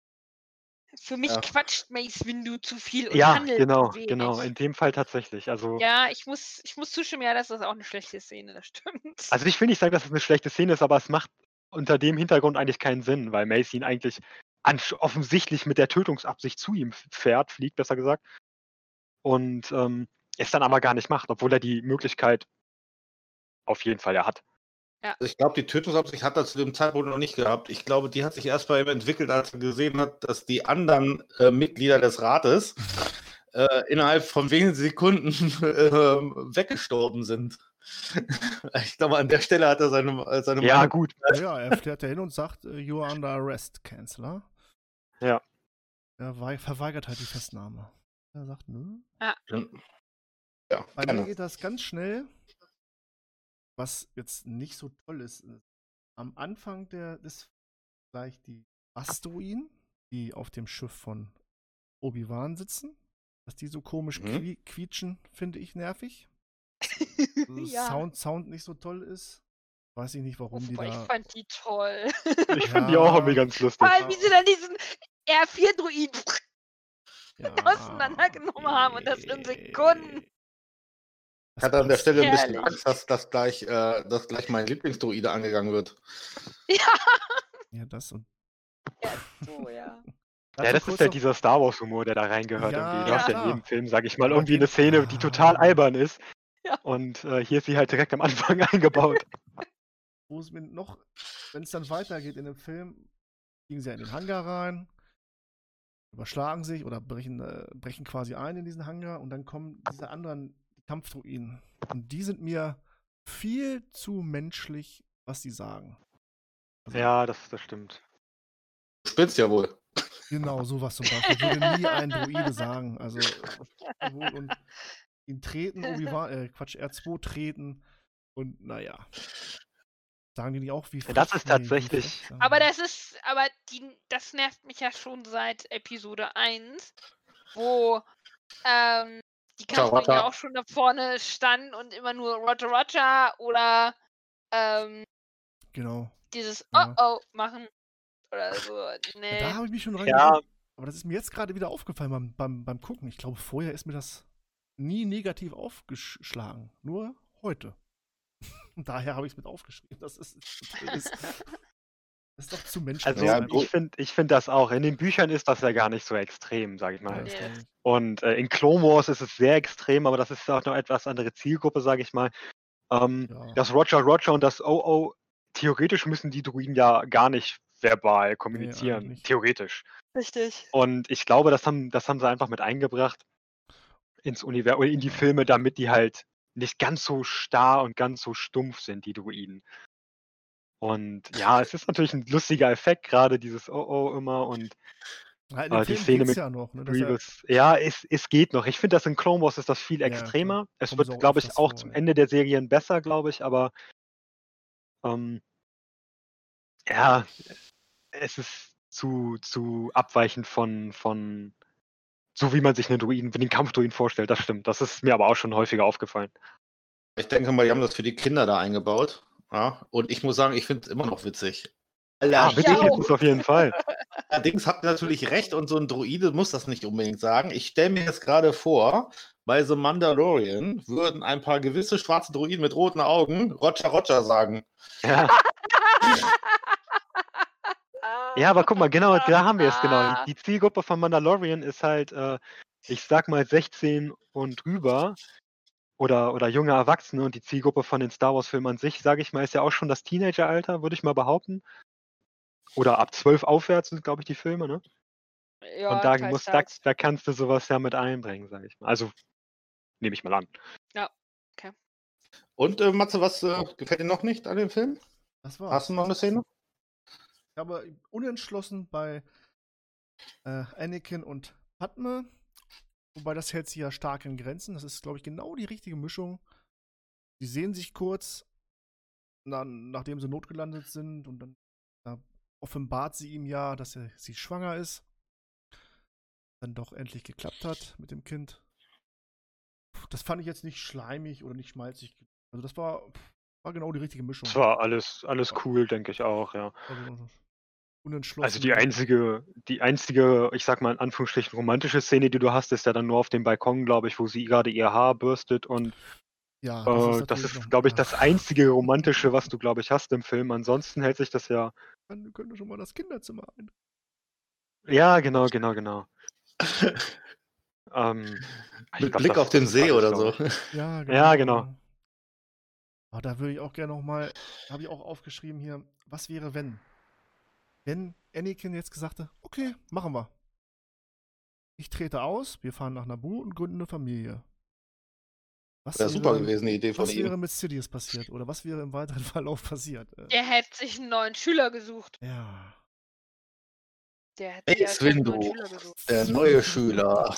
Für mich Ja. quatscht Mace Windu zu viel und Ja, handelt genau, zu wenig. genau. In dem Fall tatsächlich. Also, Ja, ich muss zustimmen, ja, das ist auch eine schlechte Szene, das stimmt. also ich will nicht sagen, dass es eine schlechte Szene ist, aber es macht unter dem Hintergrund eigentlich keinen Sinn, weil Mace ihn eigentlich offensichtlich mit der Tötungsabsicht zu ihm fliegt, besser gesagt. Und es dann aber gar nicht macht, obwohl er die Möglichkeit auf jeden Fall hat. Also ich glaube, die Tötungsabsicht hat er zu dem Zeitpunkt noch nicht gehabt. Ich glaube, die hat sich erst bei ihm entwickelt, als er gesehen hat, dass die anderen Mitglieder des Rates innerhalb von wenigen Sekunden weggestorben sind. Ich glaube, an der Stelle hat er seine Ja, Meinung. gut. Ja, er fährt da hin und sagt, you are under arrest, Kanzler. Ja. Er verweigert halt die Festnahme. Er sagt, nö. Ja, Bei mir gerne. geht das ganz schnell. Was jetzt nicht so toll ist, am Anfang des gleich die Asteroiden, die auf dem Schiff von Obi-Wan sitzen, dass die so komisch quietschen, finde ich nervig. Also Ja. Sound nicht so toll ist. Weiß ich nicht, warum die Wobei, ich da. fand die toll. Ich finde die auch irgendwie ganz lustig. Vor allem, wie sie dann diesen R4-Druiden Ja, auseinandergenommen haben und das in Sekunden. Ich hatte an der Stelle ein bisschen Herrlich. Angst, dass gleich mein Lieblingsdroide angegangen wird. Ja, das und. So, ja. Ja, das ist halt dieser Star Wars-Humor, der da reingehört. Ja, irgendwie. Du hast ja in klar. jedem Film, sag ich mal, Aber irgendwie den- eine Szene, die total albern ist. Ja. Und hier ist sie halt direkt am Anfang eingebaut. Wo es mir noch, wenn es dann weitergeht in dem Film, gehen sie ja in den Hangar rein, überschlagen sich oder brechen quasi ein in diesen Hangar und dann kommen diese anderen Kampfdruiden. Und die sind mir viel zu menschlich, was die sagen. Also, Ja, das stimmt. Du spinnst ja wohl. Genau, sowas zum Beispiel. Würde nie ein Druide sagen. Also, und ihn treten, R2 treten und naja. Sagen die nicht auch, wie Das ist frech- tatsächlich- frech sagen Aber die? das nervt mich ja schon seit Episode 1, wo die Kampfdruiden ja auch schon da vorne standen und immer nur Roger Roger oder Genau. dieses Ja. Oh-Oh machen oder so. Da Nee. habe ich mich schon Ja. rein. Aber das ist mir jetzt gerade wieder aufgefallen beim Gucken. Ich glaube, vorher ist mir das nie negativ aufgeschlagen. Nur heute. Und daher habe ich es mit aufgeschrieben. Das ist. Das ist doch zu menschlich. Also Ja, ich find das auch. In den Büchern ist das ja gar nicht so extrem, sag ich Ja, mal. das Nee. glaub ich. Und in Clone Wars ist es sehr extrem, aber das ist auch noch etwas andere Zielgruppe, sag ich mal. Ja. Das Roger und das OO, theoretisch müssen die Druiden ja gar nicht verbal kommunizieren. nicht. Theoretisch. Richtig. Und ich glaube, das haben sie einfach mit eingebracht ins Universum, in die Filme, damit die halt nicht ganz so starr und ganz so stumpf sind, die Druiden. Und ja, es ist natürlich ein lustiger Effekt, gerade dieses OO immer und Ja, in dem die Film Szene geht's mit ja noch, ne? Dass er, Grievous. Ja, es geht noch. Ich finde, das in Clone Wars ist das viel Ja, extremer. klar. Es Kommen sie wird, auch glaube ich, öfters auch vor, zum ja. Ende der Serien besser, glaube ich, aber ja, es ist zu abweichend von so wie man sich den Kampfdruiden vorstellt, das stimmt. Das ist mir aber auch schon häufiger aufgefallen. Ich denke mal, die haben das für die Kinder da eingebaut. Ja? Und ich muss sagen, ich finde es immer noch witzig. Ja, Ich witzig auch. ist es auf jeden Fall. Allerdings habt ihr natürlich recht und so ein Druide muss das nicht unbedingt sagen. Ich stelle mir jetzt gerade vor, bei The Mandalorian würden ein paar gewisse schwarze Druiden mit roten Augen Roger sagen. Ja. Ja, aber guck mal, genau, da haben wir es genau. Die Zielgruppe von Mandalorian ist halt, ich sag mal 16 und drüber oder junge Erwachsene und die Zielgruppe von den Star Wars-Filmen an sich, sage ich mal, ist ja auch schon das Teenageralter, würde ich mal behaupten. Oder ab 12 aufwärts sind, glaube ich, die Filme, ne? Ja, Und da teils, teils. da kannst du sowas ja mit einbringen, sage ich mal. Also nehme ich mal an. Und Matze, was gefällt dir noch nicht an dem Film? Das war's. Hast du noch eine Szene? Ich habe unentschlossen bei Anakin und Padme. Wobei das hält sich ja stark in Grenzen. Das ist, glaube ich, genau die richtige Mischung. Die sehen sich kurz, nachdem sie notgelandet sind. Und dann offenbart sie ihm ja, dass sie schwanger ist. Dann doch endlich geklappt hat mit dem Kind. Das fand ich jetzt nicht schleimig oder nicht schmalzig. Also das war genau die richtige Mischung. Das war alles cool, denke ich auch, ja. Also unentschlossen. Also die einzige, ich sag mal in Anführungsstrichen, romantische Szene, die du hast, ist ja dann nur auf dem Balkon, glaube ich, wo sie gerade ihr Haar bürstet und Ja, das ist, glaube ich, das einzige Romantische, was du, glaube ich, hast im Film. Ansonsten hält sich das ja. Wir können schon mal das Kinderzimmer ein. Ja, genau. Mit Ich glaub, Blick auf den das See alles, oder glaub so. ich. Ja, genau. Aber da würde ich auch gerne nochmal, habe ich auch aufgeschrieben hier, was wäre, wenn Anakin jetzt gesagt hätte, okay, machen wir. Ich trete aus, wir fahren nach Naboo und gründen eine Familie. Was Wäre super wäre gewesen, die Idee von Was wäre ihm. mit Sidious passiert? Oder was wäre im weiteren Verlauf passiert? Der hätte sich einen neuen Schüler gesucht. Ja. Der hätte Hey, sich einfach einen neuen Swindu, Schüler gesucht. der neue Schüler.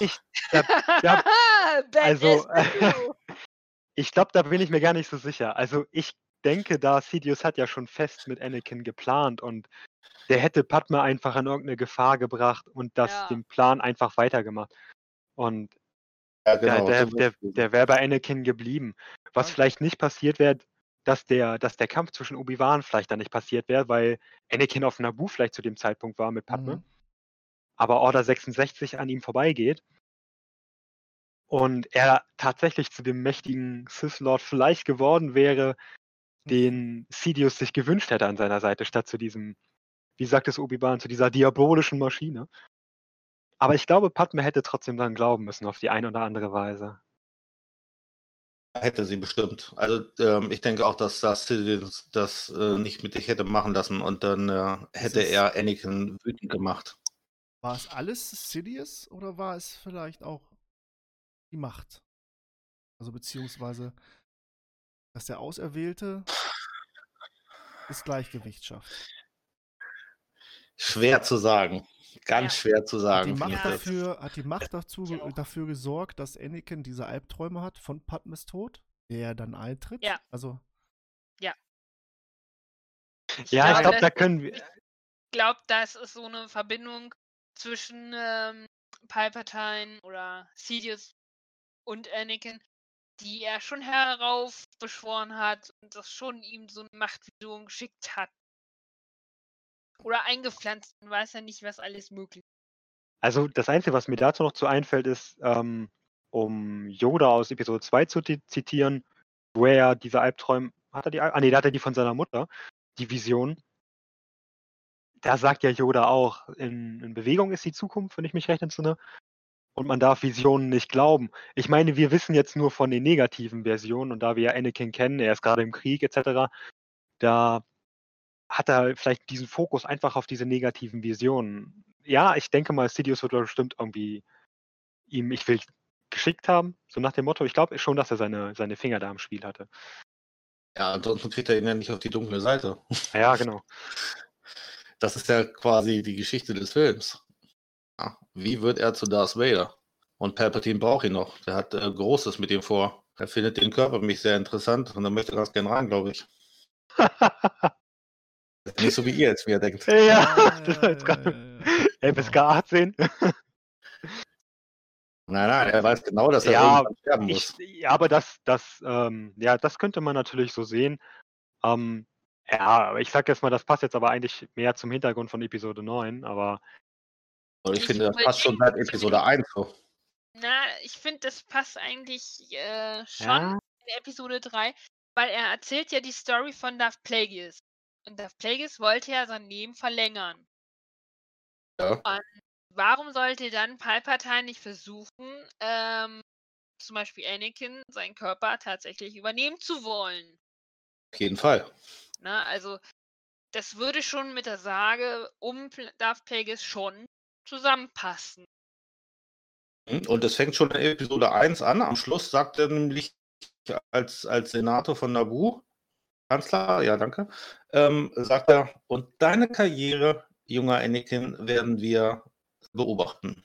Also, Swindu. ich glaube, da bin ich mir gar nicht so sicher. Also ich denke, da Sidious hat ja schon fest mit Anakin geplant und der hätte Padme einfach in irgendeine Gefahr gebracht und Ja. den Plan einfach weitergemacht. Und Ja, genau. der wäre bei Anakin geblieben. Was vielleicht nicht passiert wäre, dass der Kampf zwischen Obi-Wan vielleicht dann nicht passiert wäre, weil Anakin auf Naboo vielleicht zu dem Zeitpunkt war mit Padme, aber Order 66 an ihm vorbeigeht und er tatsächlich zu dem mächtigen Sith-Lord vielleicht geworden wäre, den Sidious sich gewünscht hätte an seiner Seite, statt zu diesem, wie sagt es Obi-Wan, zu dieser diabolischen Maschine. Aber ich glaube, Padme hätte trotzdem dann glauben müssen auf die eine oder andere Weise. Hätte sie bestimmt. Also ich denke auch, dass Sidious das nicht mit sich hätte machen lassen und dann hätte er Anakin wütend gemacht. War es alles Sidious oder war es vielleicht auch die Macht? Also beziehungsweise, dass der Auserwählte das Gleichgewicht schafft. Schwer zu sagen. Ganz schwer zu sagen. Hat die Macht dafür gesorgt, dass Anakin diese Albträume hat von Padmes Tod, der ja dann eintritt? Ja. Also. Ja. Ich glaube, da können wir. Ich glaube, das ist so eine Verbindung zwischen Palpatine oder Sidious und Anakin, die er schon heraufbeschworen hat und das schon ihm so eine Machtvision geschickt hat. Oder eingepflanzt. Man weiß ja nicht, was alles möglich ist. Also das Einzige, was mir dazu noch zu einfällt, ist, um Yoda aus Episode 2 zu zitieren, wo er diese Albträume, der hatte die von seiner Mutter, die Vision. da sagt ja Yoda auch, in Bewegung ist die Zukunft, wenn ich mich recht entsinne. Und man darf Visionen nicht glauben. Ich meine, wir wissen jetzt nur von den negativen Versionen und da wir ja Anakin kennen, er ist gerade im Krieg etc., da hat er vielleicht diesen Fokus einfach auf diese negativen Visionen. Ja, ich denke mal, Sidious wird bestimmt irgendwie ihm ich will geschickt haben, so nach dem Motto. Ich glaube schon, dass er seine Finger da im Spiel hatte. Ja, ansonsten kriegt er ihn ja nicht auf die dunkle Seite. Ja, genau. Das ist ja quasi die Geschichte des Films. Ja, wie wird er zu Darth Vader? Und Palpatine braucht ihn noch. Der hat Großes mit ihm vor. Er findet den Körper mich sehr interessant und er möchte ganz gerne rein, glaube ich. Nicht so wie ihr jetzt mir denkt. Ja, das war jetzt gerade FSK 18. Nein, er weiß genau, dass er Ja, irgendwann sterben muss. aber das könnte man natürlich so sehen. Ja, aber ich sag jetzt mal, das passt jetzt aber eigentlich mehr zum Hintergrund von Episode 9, aber Ich finde, das passt schon seit Episode 1 so. Na, ich finde, das passt eigentlich schon in Episode 3, weil er erzählt ja die Story von Darth Plagueis. Und Darth Plagueis wollte ja sein Leben verlängern. Ja. Und warum sollte dann Palpatine nicht versuchen, zum Beispiel Anakin seinen Körper tatsächlich übernehmen zu wollen? Auf jeden Fall. Na, also das würde schon mit der Sage um Darth Plagueis schon zusammenpassen. Und es fängt schon in Episode 1 an. Am Schluss sagt er nämlich als Senator von Naboo, Kanzler, ja danke, sagt er, und deine Karriere, junger Anakin, werden wir beobachten.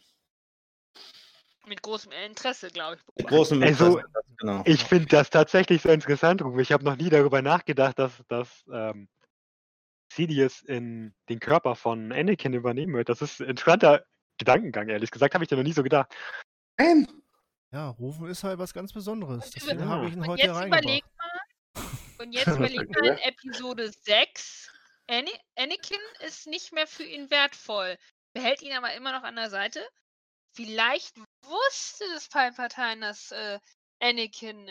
Mit großem Interesse, glaube ich. Mit großem Also, Interesse, genau. ich finde das tatsächlich sehr interessant, Rufe. Ich habe noch nie darüber nachgedacht, dass Sidious in den Körper von Anakin übernehmen wird. Das ist ein interessanter Gedankengang, ehrlich gesagt, habe ich dir noch nie so gedacht. Nein! Ja, Rufen ist halt was ganz Besonderes. Und Deswegen ja. habe ich ihn Und heute jetzt reingebracht. überleg mal in Episode 6, Anakin ist nicht mehr für ihn wertvoll, behält ihn aber immer noch an der Seite. Vielleicht wusste das Palpatine, dass Anakin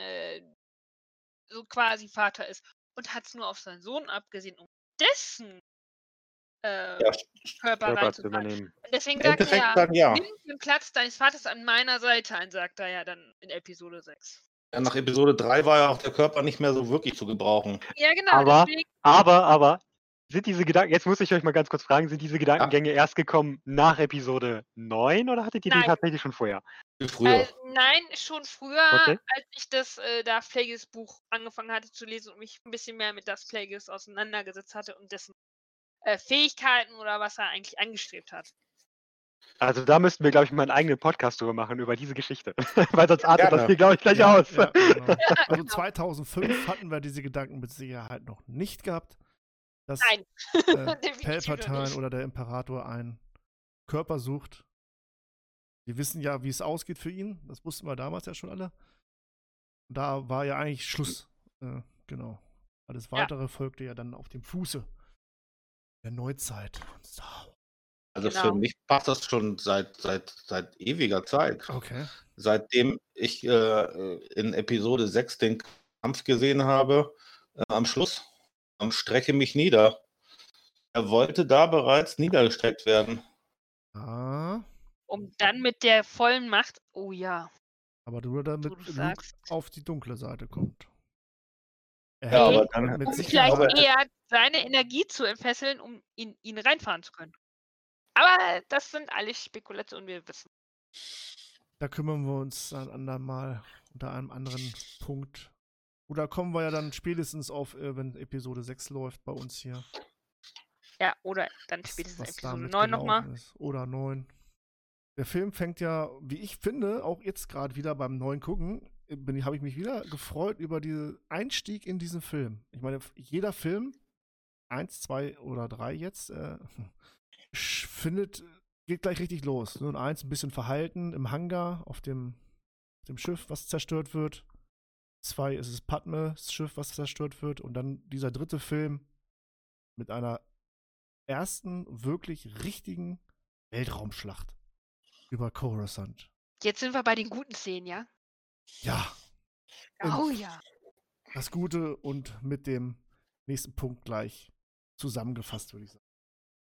so quasi Vater ist und hat es nur auf seinen Sohn abgesehen, um dessen Körper Körper zu reinzupacken. übernehmen. Und deswegen Im sagt Endeffekt er dann ja. nimm den Platz deines Vaters an meiner Seite ein, sagt er ja dann in Episode 6. Ja, nach Episode 3 war ja auch der Körper nicht mehr so wirklich zu gebrauchen. Ja, genau. Aber, deswegen, aber, sind diese Gedanken, jetzt muss ich euch mal ganz kurz fragen, sind diese Gedankengänge erst gekommen nach Episode 9 oder hattet ihr die Nein. tatsächlich schon vorher? Viel früher. nein, schon früher, Okay. als ich das Darth Plagueis Buch angefangen hatte zu lesen und mich ein bisschen mehr mit Darth Plagueis auseinandergesetzt hatte und dessen Fähigkeiten oder was er eigentlich angestrebt hat. Also da müssten wir, glaube ich, mal einen eigenen Podcast drüber machen, über diese Geschichte. Weil sonst artet Gerne. das hier, glaube ich, gleich Ja, aus. ja, genau. Also genau. 2005 hatten wir diese Gedanken mit Sicherheit noch nicht gehabt, dass Nein, definitiv noch Palpatine nicht. oder der Imperator einen Körper sucht. Wir wissen ja, wie es ausgeht für ihn. Das wussten wir damals ja schon alle. Da war ja eigentlich Schluss. Genau. Alles Weitere folgte ja dann auf dem Fuße der Neuzeit. Also Genau. für mich passt das schon seit ewiger Zeit. Okay. Seitdem ich in Episode 6 den Kampf gesehen habe, am Schluss, strecke mich nieder. Er wollte da bereits niedergestreckt werden. Ah, Um dann mit der vollen Macht, oh ja, aber nur damit du Luke sagst. auf die dunkle Seite kommt. Er Ja, hätte aber dann mit Um Sicherheit vielleicht eher seine Energie zu entfesseln, um ihn reinfahren zu können. Aber das sind alles Spekulationen, wir wissen. Da kümmern wir uns ein andermal unter einem anderen Punkt. Oder kommen wir ja dann spätestens auf, wenn Episode 6 läuft bei uns hier. Ja, oder dann spätestens Was Episode damit 9 nochmal. gelaufen ist. Oder 9. Der Film fängt ja, wie ich finde, auch jetzt gerade wieder beim neuen Gucken, habe ich mich wieder gefreut über diesen Einstieg in diesen Film. Ich meine, jeder Film, 1, 2 oder 3 jetzt, geht gleich richtig los. Nur 1 ein bisschen verhalten im Hangar auf dem Schiff, was zerstört wird. 2 ist es Padmes Schiff, was zerstört wird. Und dann dieser dritte Film mit einer ersten wirklich richtigen Weltraumschlacht über Coruscant. Jetzt sind wir bei den guten Szenen, ja? Ja. Oh Und ja. das Gute und mit dem nächsten Punkt gleich zusammengefasst, würde ich sagen.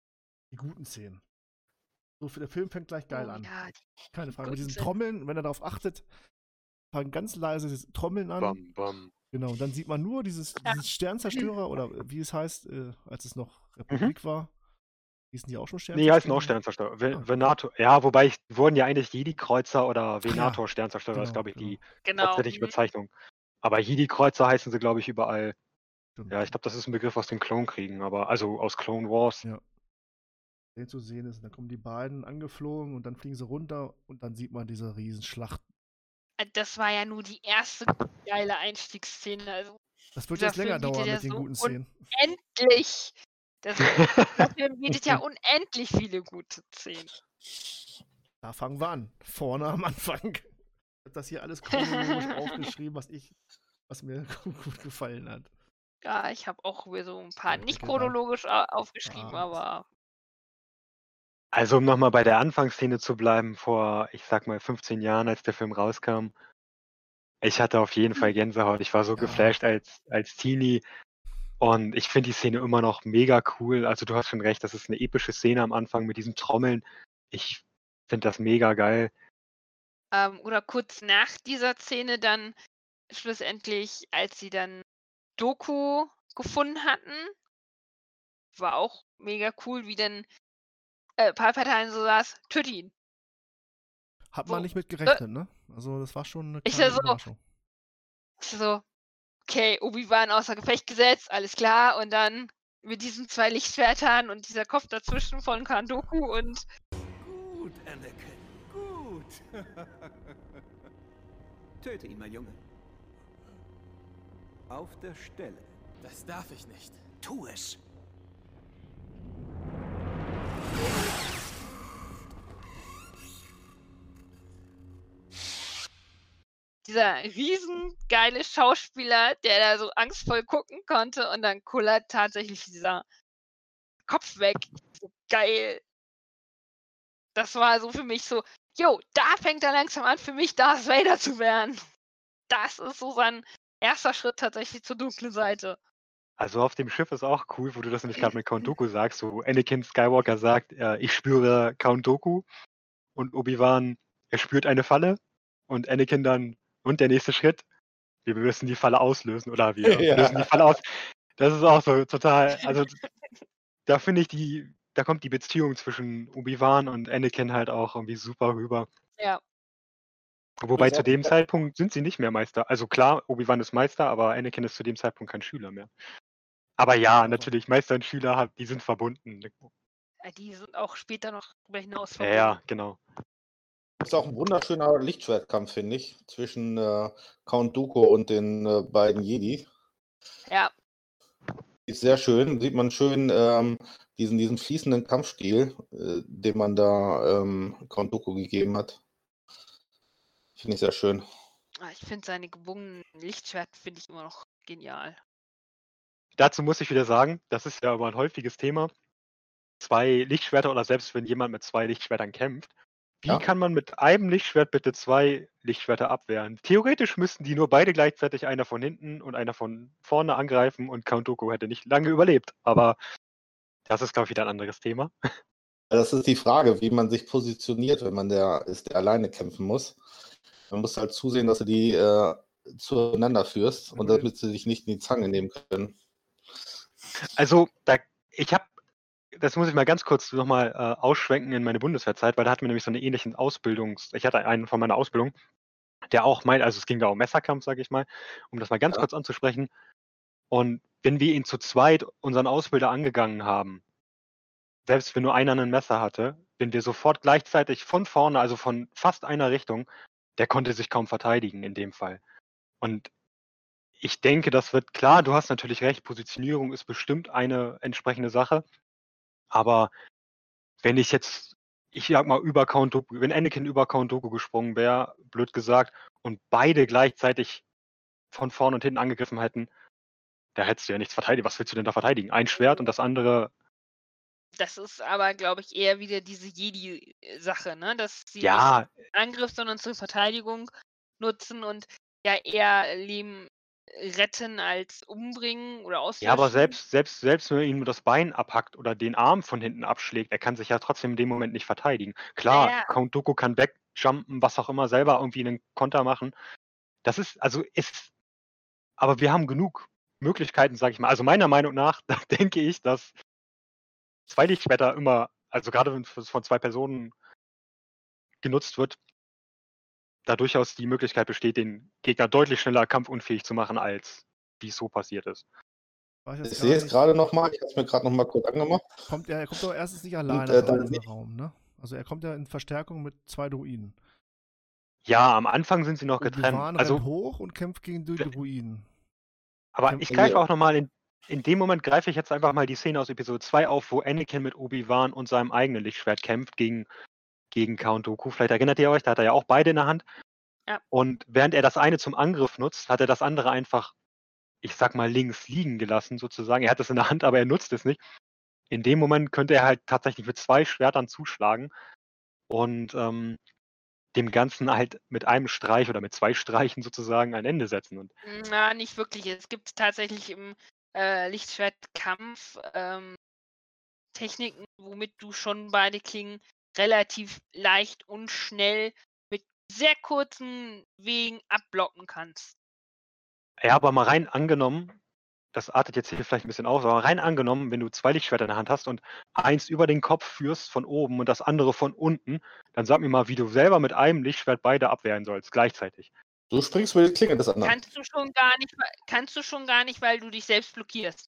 Die guten Szenen. Der Film fängt gleich geil an. Ja, Keine Frage. guten Mit diesen Szenen. Trommeln, wenn er darauf achtet, fangen ganz leise diese Trommeln an. Bam, bam. Genau, und dann sieht man nur diesen Sternzerstörer oder wie es heißt, als es noch Republik war. Hießen die auch schon Nee, die heißen auch Sternzerstörer? Sternzerstörer. Venator. Ja, wobei wurden ja eigentlich Jedi-Kreuzer oder Venator Sternzerstörer ist, genau, glaube ich, die Genau. tatsächliche Bezeichnung. Aber Jedi-Kreuzer heißen sie, glaube ich, überall. Stimmt. Ja, ich glaube, das ist ein Begriff aus den Klonkriegen, aber also aus Clone Wars. Ja. Den zu sehen ist, und dann kommen die beiden angeflogen und dann fliegen sie runter und dann sieht man diese Riesenschlacht. Das war ja nur die erste geile Einstiegsszene. Also Das wird dieser jetzt länger Film bietet dauern ja mit den so guten Szenen. unendlich. Der Film bietet ja unendlich viele gute Szenen. Da fangen wir an. Vorne am Anfang. Ich habe das hier alles chronologisch aufgeschrieben, was mir gut gefallen hat. Ja, ich habe auch so ein paar Ja, nicht genau. chronologisch aufgeschrieben, Ah. aber Also, um nochmal bei der Anfangsszene zu bleiben, vor, ich sag mal, 15 Jahren, als der Film rauskam. Ich hatte auf jeden Fall Gänsehaut. Ich war so Ja. geflasht als Teenie. Und ich finde die Szene immer noch mega cool. Also, du hast schon recht, das ist eine epische Szene am Anfang mit diesen Trommeln. Ich finde das mega geil. oder kurz nach dieser Szene dann schlussendlich, als sie dann Doku gefunden hatten, war auch mega cool, wie dann Palpatine so saß, töte ihn. Hat So. man nicht mit gerechnet, ne? Also das war schon eine Ich kleine so- Überraschung. So, okay, Obi-Wan außer Gefecht gesetzt, alles klar. Und dann mit diesen 2 Lichtschwertern und dieser Kopf dazwischen von Kandoku und Gut, Anakin, gut. Töte ihn, mein Junge. Auf der Stelle. Das darf ich nicht. Tu es. dieser riesengeile Schauspieler, der da so angstvoll gucken konnte und dann kullert tatsächlich dieser Kopf weg. So geil. Das war so für mich so, jo, da fängt er langsam an, für mich Darth Vader zu werden. Das ist so sein erster Schritt tatsächlich zur dunklen Seite. Also auf dem Schiff ist auch cool, wo du das nämlich gerade mit Count Dooku sagst, wo Anakin Skywalker sagt, ich spüre Count Dooku und Obi-Wan, er spürt eine Falle und Anakin dann, und der nächste Schritt, wir müssen die Falle auslösen oder wir Ja. lösen die Falle aus. Das ist auch so total, also da finde ich da kommt die Beziehung zwischen Obi-Wan und Anakin halt auch irgendwie super rüber. Ja. Wobei Das zu auch- dem Zeitpunkt sind sie nicht mehr Meister. Also klar, Obi-Wan ist Meister, aber Anakin ist zu dem Zeitpunkt kein Schüler mehr. Aber ja, natürlich, Meister und Schüler, die sind verbunden. Die sind auch später noch darüber hinaus Ja, verbunden. ja, genau. Das ist auch ein wunderschöner Lichtschwertkampf, finde ich, zwischen Count Dooku und den beiden Jedi. Ja, Ist sehr schön, sieht man schön diesen fließenden Kampfstil, den man da Count Dooku gegeben hat. Finde ich sehr schön. ich finde seine gebogenen Lichtschwert finde ich immer noch genial. Dazu muss ich wieder sagen, das ist ja aber ein häufiges Thema. 2 Lichtschwerter oder selbst wenn jemand mit 2 Lichtschwertern kämpft, wie Ja. kann man mit einem Lichtschwert bitte 2 Lichtschwerter abwehren? Theoretisch müssten die nur beide gleichzeitig, einer von hinten und einer von vorne angreifen und Count Dooku hätte nicht lange überlebt. Aber das ist, glaube ich, wieder ein anderes Thema. Das ist die Frage, wie man sich positioniert, wenn man der alleine kämpfen muss. Man muss halt zusehen, dass du die zueinander führst und damit sie sich nicht in die Zange nehmen können. Also, das muss ich mal ganz kurz nochmal ausschwenken in meine Bundeswehrzeit, weil da hatten wir nämlich so eine ähnliche ich hatte einen von meiner Ausbildung, der auch meint, also es ging da um Messerkampf, sage ich mal, um das mal ganz Ja. kurz anzusprechen. Und wenn wir ihn zu zweit, unseren Ausbilder, angegangen haben, selbst wenn nur einer ein Messer hatte, wenn wir sofort gleichzeitig von vorne, also von fast einer Richtung, der konnte sich kaum verteidigen in dem Fall. Und ich denke, das wird klar, du hast natürlich recht, Positionierung ist bestimmt eine entsprechende Sache. Aber wenn ich sag mal, wenn Anakin über Count Dooku gesprungen wäre, blöd gesagt, und beide gleichzeitig von vorne und hinten angegriffen hätten, da hättest du ja nichts verteidigt. Was willst du denn da verteidigen? Ein Schwert und das andere. Das ist aber, glaube ich, eher wieder diese Jedi-Sache, ne? Dass sie nicht Ja, Angriff, sondern zur Verteidigung nutzen und ja eher leben retten als umbringen oder Ja, aber auslöschen. selbst wenn er ihm nur das Bein abhackt oder den Arm von hinten abschlägt, er kann sich ja trotzdem in dem Moment nicht verteidigen. Klar, Naja, Count Dooku kann wegjumpen, was auch immer, selber irgendwie einen Konter machen. Das ist, also ist, aber wir haben genug Möglichkeiten, sage ich mal. Also meiner Meinung nach, da denke ich, dass zwei Lichtschwerter immer, also gerade wenn es von zwei Personen genutzt wird, da durchaus die Möglichkeit besteht, den Gegner deutlich schneller kampfunfähig zu machen, als wie es so passiert ist. War Ich sehe es gerade nochmal, ich habe es mir gerade nochmal kurz angemacht. Er kommt doch erstens nicht alleine dann rein in den Raum, ne? Also er kommt ja in Verstärkung mit 2 Druiden. Ja, am Anfang sind sie noch Obi-Wan getrennt. rennt Also, hoch und kämpft gegen die Druiden. aber Kämpft- ich greife auch nochmal in dem Moment greife ich jetzt einfach mal die Szene aus Episode 2 auf, wo Anakin mit Obi-Wan und seinem eigenen Lichtschwert kämpft gegen Count Dooku. Vielleicht erinnert ihr euch, da hat er ja auch beide in der Hand. Ja. Und während er das eine zum Angriff nutzt, hat er das andere einfach, ich sag mal, links liegen gelassen sozusagen. Er hat es in der Hand, aber er nutzt es nicht. In dem Moment könnte er halt tatsächlich mit 2 Schwertern zuschlagen und dem Ganzen halt mit einem Streich oder mit 2 Streichen sozusagen ein Ende setzen. Und na, nicht wirklich. Es gibt tatsächlich im Lichtschwertkampf Techniken, womit du schon beide Klingen relativ leicht und schnell mit sehr kurzen Wegen abblocken kannst. ja, aber mal rein angenommen, das artet jetzt hier vielleicht ein bisschen aus, aber rein angenommen, wenn du 2 Lichtschwerter in der Hand hast und eins über den Kopf führst von oben und das andere von unten, dann sag mir mal, wie du selber mit einem Lichtschwert beide abwehren sollst, gleichzeitig. Du springst über die Klinge des anderen. Kannst du schon gar nicht, weil du dich selbst blockierst.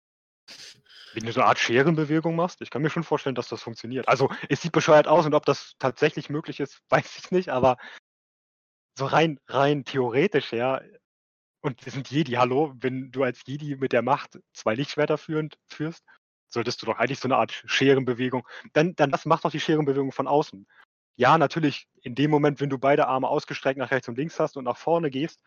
Wie du so eine Art Scherenbewegung machst, ich kann mir schon vorstellen, dass das funktioniert. Also, es sieht bescheuert aus und ob das tatsächlich möglich ist, weiß ich nicht, aber so rein theoretisch, ja. Und wir sind Jedi, hallo, wenn du als Jedi mit der Macht 2 Lichtschwerter führst, solltest du doch eigentlich so eine Art Scherenbewegung, dann mach doch die Scherenbewegung von außen. Ja, natürlich, in dem Moment, wenn du beide Arme ausgestreckt nach rechts und links hast und nach vorne gehst,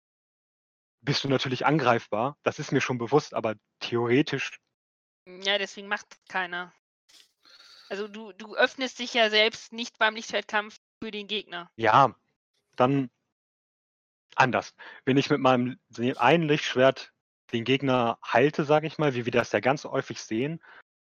bist du natürlich angreifbar. Das ist mir schon bewusst, aber theoretisch, Ja, deswegen macht keiner. Also du öffnest dich ja selbst nicht beim Lichtschwertkampf für den Gegner. ja, dann anders. Wenn ich mit meinem einen Lichtschwert den Gegner halte, sage ich mal, wie wir das ja ganz häufig sehen,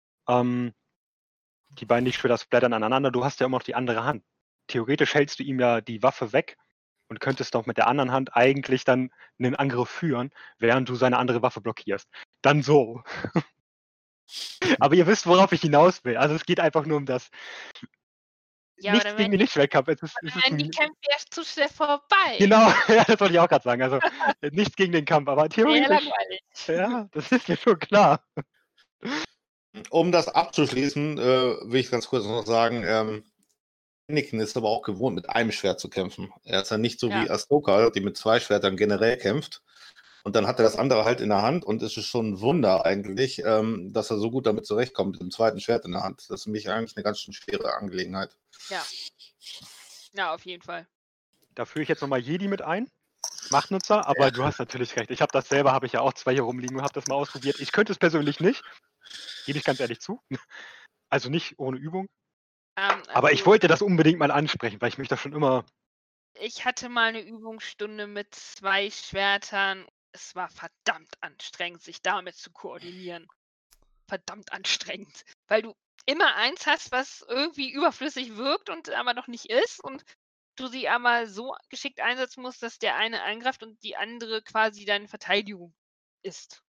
die beiden Lichtschwerter splattern aneinander, du hast ja immer noch die andere Hand. Theoretisch hältst du ihm ja die Waffe weg und könntest doch mit der anderen Hand eigentlich dann einen Angriff führen, während du seine andere Waffe blockierst. Dann so. Aber ihr wisst, worauf ich hinaus will. Also es geht einfach nur um das. Ja, Nichts aber dann gegen den Lichtschwertkampf. Es ist werden die Kämpfe erst zu schnell vorbei. genau, ja, das wollte ich auch gerade sagen. Also nichts gegen den Kampf, aber Sehr theoretisch. langweilig. Ja, das ist mir schon klar. Um das abzuschließen, will ich ganz kurz noch sagen, Anakin ist aber auch gewohnt, mit einem Schwert zu kämpfen. Er ist ja nicht so Ja. wie Ahsoka, die mit 2 Schwertern generell kämpft. Und dann hat er das andere halt in der Hand und es ist schon ein Wunder eigentlich, dass er so gut damit zurechtkommt, mit dem zweiten Schwert in der Hand. Das ist für mich eigentlich eine ganz schön schwere Angelegenheit. Ja, auf jeden Fall. Da führe ich jetzt nochmal Jedi mit ein. Machtnutzer, aber du hast natürlich recht. Ich habe das selber, habe ich ja auch 2 hier rumliegen und habe das mal ausprobiert. Ich könnte es persönlich nicht, gebe ich ganz ehrlich zu. Also nicht ohne Übung. Aber ich Also, wollte das unbedingt mal ansprechen, weil ich mich da schon immer. ich hatte mal eine Übungsstunde mit 2 Schwertern. Es war verdammt anstrengend, sich damit zu koordinieren. Verdammt anstrengend. Weil du immer eins hast, was irgendwie überflüssig wirkt und aber noch nicht ist und du sie aber so geschickt einsetzen musst, dass der eine angreift und die andere quasi deine Verteidigung ist.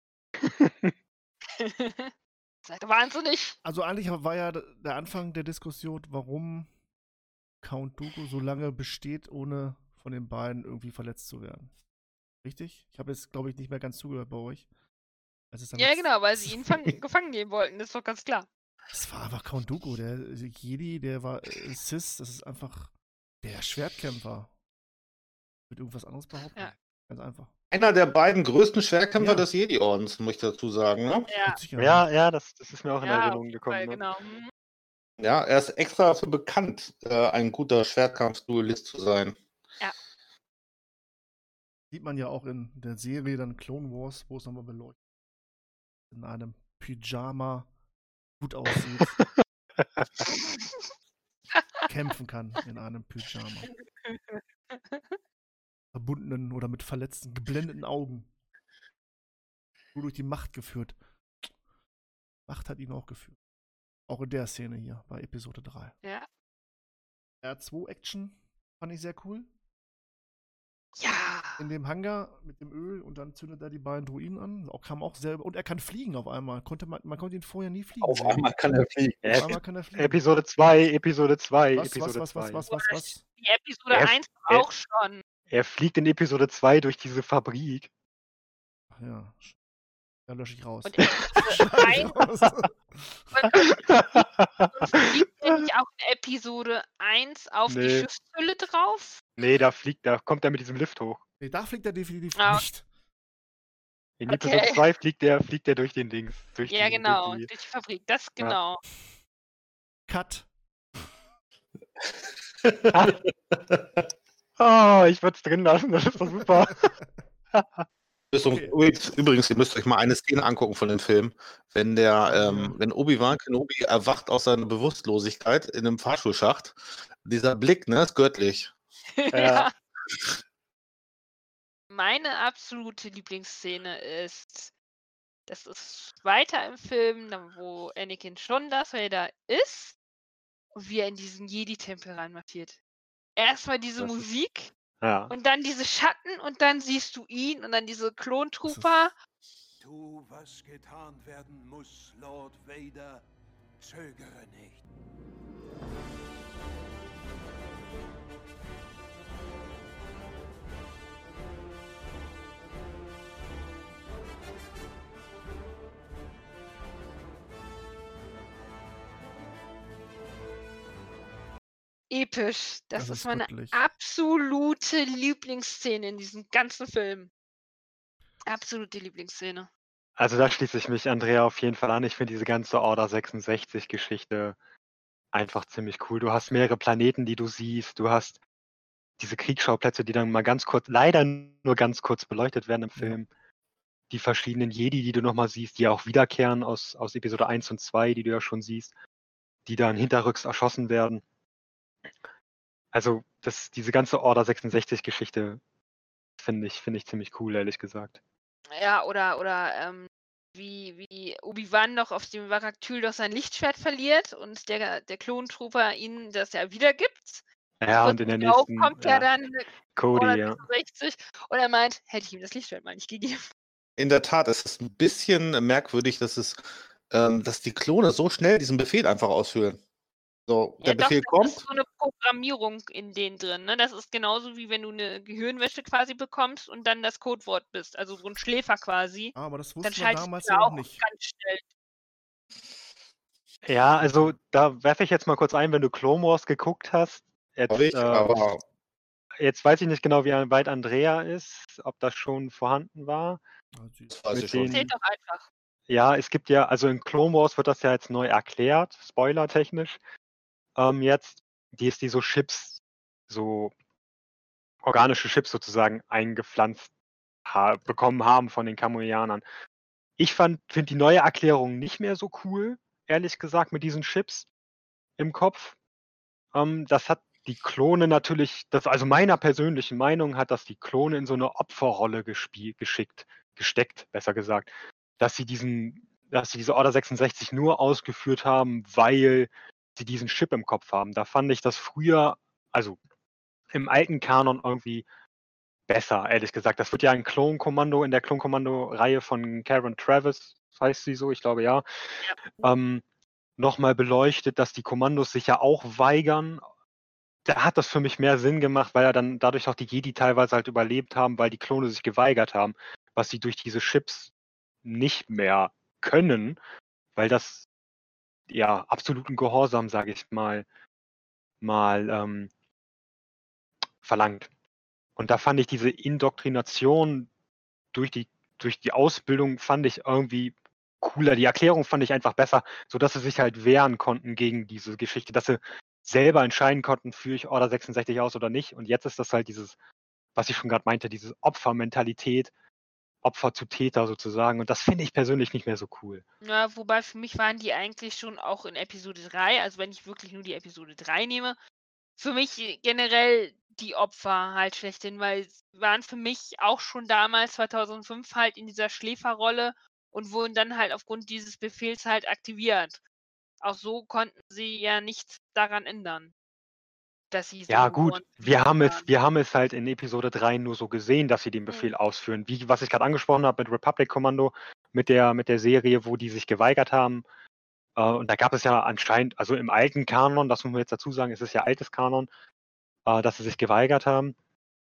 Seid ihr wahnsinnig? Also eigentlich war ja der Anfang der Diskussion, warum Count Dooku so lange besteht, ohne von den beiden irgendwie verletzt zu werden. Richtig? Ich habe jetzt, glaube ich, nicht mehr ganz zugehört bei euch. Als es dann Ja, jetzt- genau, weil sie ihn gefangen nehmen wollten, das ist doch ganz klar. Es war einfach Count Dooku, der Jedi, der war Sith, das ist einfach der Schwertkämpfer. Wird irgendwas anderes behaupten? Ja. Ganz einfach. Einer der beiden größten Schwertkämpfer Ja. des Jedi-Ordens, muss ich dazu sagen. Ne? Ja, Mit Sicherheit. Ja, das ist mir auch in ja, auf Erinnerung jeden gekommen. Fall, Ne? genau. Ja, er ist extra dafür bekannt, ein guter Schwertkampfduellist zu sein. Sieht man ja auch in der Serie dann Clone Wars, wo es nochmal beleuchtet. In einem Pyjama gut aussieht. Kämpfen kann in einem Pyjama. Verbundenen oder mit verletzten, geblendeten Augen. Nur durch die Macht geführt. Macht hat ihn auch geführt. Auch in der Szene hier bei Episode 3. Ja. R2-Action fand ich sehr cool. Ja. In dem Hangar mit dem Öl und dann zündet er die beiden Druiden an. Kam auch selber. Und er kann fliegen auf einmal. Man konnte ihn vorher nie fliegen Auf sehen. einmal kann er fliegen. Auf einmal kann er fliegen. Episode 2, Episode 2, Was? Episode 2. Was? Die Episode Er- 1 er- auch schon. Er fliegt in Episode 2 durch diese Fabrik. Ach ja. Da lösche ich raus. Und Episode 1 Raus. und fliegt nämlich auch in Episode 1 auf die Nee. Schiffshülle drauf. Nee, da kommt er mit diesem Lift hoch. Nee, da fliegt er definitiv Ah. nicht. In Okay. Episode 2 fliegt er durch den Dings. Durch Ja, die, genau. Durch die, Durch die Fabrik. Das Ja. genau. Cut. Oh, ich würde es drin lassen, das ist doch super. Okay. Übrigens, ihr müsst euch mal eine Szene angucken von dem Film. Wenn wenn Obi-Wan Kenobi erwacht aus seiner Bewusstlosigkeit in einem Fahrschulschacht, dieser Blick, ne, ist göttlich. Ja. Meine absolute Lieblingsszene ist, das ist weiter im Film, wo Anakin schon Darth Vader ist und wie er in diesen Jedi-Tempel reinmarschiert. Erstmal diese Das ist- Musik Ja. und dann diese Schatten und dann siehst du ihn und dann diese Klontrooper. Tu, was getan werden muss, Lord Vader. Zögere nicht. Episch. Das Das ist ist meine wirklich- absolute Lieblingsszene in diesem ganzen Film. Absolute Lieblingsszene. Also da schließe ich mich Andrea auf jeden Fall an. Ich finde diese ganze Order 66 Geschichte einfach ziemlich cool. Du hast mehrere Planeten, die du siehst. Du hast diese Kriegsschauplätze, die dann mal ganz kurz, leider nur ganz kurz beleuchtet werden im Ja. Film. Die verschiedenen Jedi, die du nochmal siehst, die auch wiederkehren aus Episode 1 und 2, die du ja schon siehst, die dann hinterrücks erschossen werden. Also diese ganze Order 66 Geschichte finde ich ziemlich cool, ehrlich gesagt. Ja, oder wie Obi-Wan noch auf dem Varaktyl doch sein Lichtschwert verliert und der Klontrooper ihm das ja wiedergibt. Ja, Kurz und in der darauf nächsten, kommt ja dann Cody, Order ja. 66 und er meint, hätte ich ihm das Lichtschwert mal nicht gegeben. In der Tat, es ist ein bisschen merkwürdig, dass die Klone so schnell diesen Befehl einfach ausführen. So, der Ja, doch, Befehl das kommt. ist so eine Programmierung in denen drin. Ne? Das ist genauso wie wenn du eine Gehirnwäsche quasi bekommst und dann das Codewort bist. Also so ein Schläfer quasi. Aber das Dann wussten wir schaltest damals du ja da noch auch nicht. ganz schnell. Ja, also da werfe ich jetzt mal kurz ein, wenn du Clone Wars geguckt hast. Aber Jetzt weiß ich nicht genau, wie weit Andrea ist, ob das schon vorhanden war. das weiß mit ich schon. den- Zählt doch einfach. Ja, es gibt ja, also in Clone Wars wird das ja jetzt neu erklärt, spoilertechnisch. Jetzt, die so Chips, so organische Chips sozusagen eingepflanzt bekommen haben von den Kamurianern. Ich finde die neue Erklärung nicht mehr so cool, ehrlich gesagt, mit diesen Chips im Kopf. Das hat die Klone natürlich, also meiner persönlichen Meinung hat das die Klone in so eine Opferrolle gesteckt, besser gesagt. Dass sie diese Order 66 nur ausgeführt haben, weil sie diesen Chip im Kopf haben. Da fand ich das früher, also im alten Kanon irgendwie besser, ehrlich gesagt. Das wird ja in der Klonkommando-Reihe von Karen Travis, heißt sie so, ich glaube ja, nochmal beleuchtet, dass die Kommandos sich ja auch weigern. Da hat das für mich mehr Sinn gemacht, weil ja dann dadurch auch die Jedi teilweise halt überlebt haben, weil die Klone sich geweigert haben, was sie durch diese Chips nicht mehr können, weil das ja absoluten Gehorsam, sage ich mal verlangt. Und da fand ich diese Indoktrination durch die Ausbildung fand ich irgendwie cooler. Die Erklärung fand ich einfach besser, sodass sie sich halt wehren konnten gegen diese Geschichte, dass sie selber entscheiden konnten, führe ich Order 66 aus oder nicht. Und jetzt ist das halt dieses, was ich schon gerade meinte, diese Opfermentalität, Opfer zu Täter sozusagen. Und das finde ich persönlich nicht mehr so cool. Ja, wobei für mich waren die eigentlich schon auch in Episode 3, also wenn ich wirklich nur die Episode 3 nehme, für mich generell die Opfer halt schlechthin, weil sie waren für mich auch schon damals 2005 halt in dieser Schläferrolle und wurden dann halt aufgrund dieses Befehls halt aktiviert. Auch so konnten sie ja nichts daran ändern, dass sie Ja so gut, geworden sind, wie sie waren. wir haben es halt in Episode 3 nur so gesehen, dass sie den Befehl Mhm. ausführen. Was ich gerade angesprochen habe mit Republic Commando, mit der Serie, wo die sich geweigert haben. Und da gab es ja anscheinend, also im alten Kanon, das muss man jetzt dazu sagen, es ist ja altes Kanon, dass sie sich geweigert haben.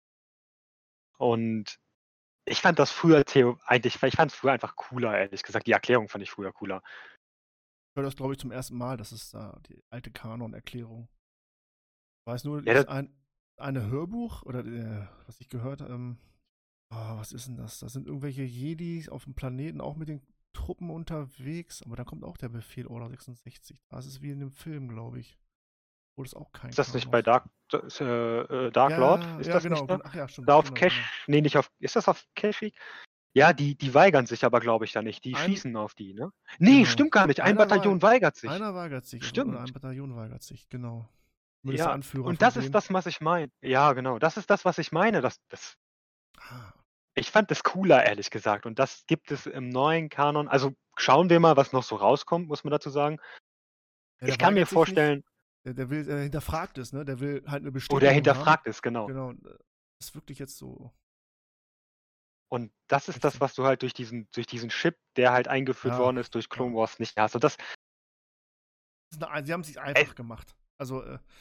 Und ich fand das früher ich fand es früher einfach cooler, ehrlich gesagt. Die Erklärung fand ich früher cooler. Ich höre das, glaube ich, zum ersten Mal. Das ist die alte Kanon-Erklärung. Ich weiß nur, Ja, das ist eine Hörbuch, oder was ich gehört habe, was ist denn das? Da sind irgendwelche Jedi auf dem Planeten auch mit den Truppen unterwegs, aber da kommt auch der Befehl Order 66. Das ist wie in dem Film, glaube ich. Wo das auch kein ist das nicht Kanon bei ist. Dark Lord? Ja, Ist ja, das genau. nicht da? Ach ja, stimmt. Da auf Genau, Cash? genau. Nee, nicht auf. Ist das auf Kashyyyk? Ja, die weigern sich aber, glaube ich, da nicht. Die Ein- schießen auf die, ne? Nee, Genau. stimmt gar nicht. Ein Einer Bataillon weigert sich. Einer weigert sich, oder Stimmt. ein Bataillon weigert sich, genau. Zumindest der Ja, Anführer und von das denen. ist das, was ich meine. Ja, genau. Das ist das, was ich meine. Ah, Ich fand das cooler, ehrlich gesagt. Und das gibt es im neuen Kanon. Also schauen wir mal, was noch so rauskommt, muss man dazu sagen. ja, Ich kann mir vorstellen, Der will, hinterfragt es, ne? Der will halt eine Bestätigung oder haben. hinterfragt es, genau. Genau. Das ist wirklich jetzt so. Und das ist das, was du halt durch diesen Chip, der halt eingeführt Ja, worden ist, durch Clone ja. Wars nicht hast. Und das, Sie haben es sich einfach gemacht. Also,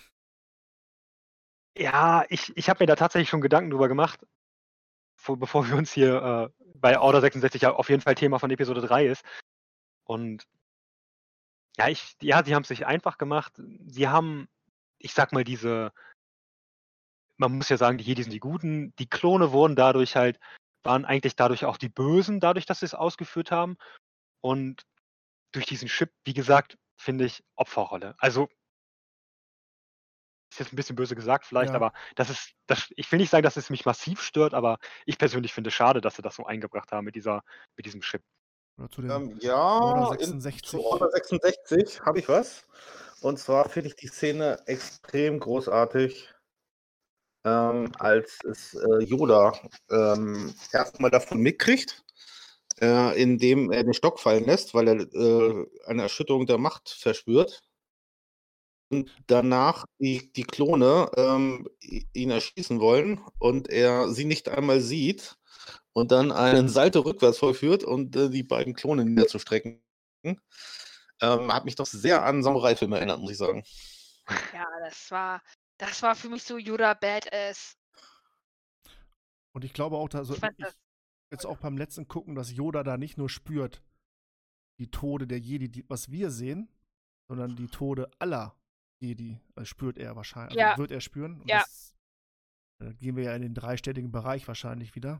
ja, ich habe mir da tatsächlich schon Gedanken drüber gemacht, bevor wir uns hier, weil Order 66 ja auf jeden Fall Thema von Episode 3 ist. Und ja, sie haben es sich einfach gemacht. Sie haben, ich sag mal, man muss ja sagen, die Jedi sind die Guten. Die Klone waren eigentlich dadurch auch die Bösen, dadurch, dass sie es ausgeführt haben. Und durch diesen Chip, wie gesagt, finde ich Opferrolle. Also, ist jetzt ein bisschen böse gesagt vielleicht, Ja. aber ich will nicht sagen, dass es mich massiv stört, aber ich persönlich finde es schade, dass sie das so eingebracht haben mit diesem Chip. oder zu den Order Order 66. zu Order 66 habe ich was. Und zwar finde ich die Szene extrem großartig, als es Yoda erstmal davon mitkriegt, indem er den Stock fallen lässt, weil er eine Erschütterung der Macht verspürt. Und danach die Klone ihn erschießen wollen und er sie nicht einmal sieht und dann einen Salto rückwärts vollführt und die beiden Klone niederzustrecken. Hat mich doch sehr an Samurai-Filme erinnert, muss ich sagen. Ja, das war für mich so Yoda Badass. Und ich glaube auch, dass Ich fand das jetzt auch beim letzten Gucken, dass Yoda da nicht nur spürt, die Tode der Jedi, was wir sehen, sondern die Tode aller Jedi spürt er wahrscheinlich. Ja. Also wird er spüren. Und Ja. das gehen wir ja in den dreistelligen Bereich wahrscheinlich wieder.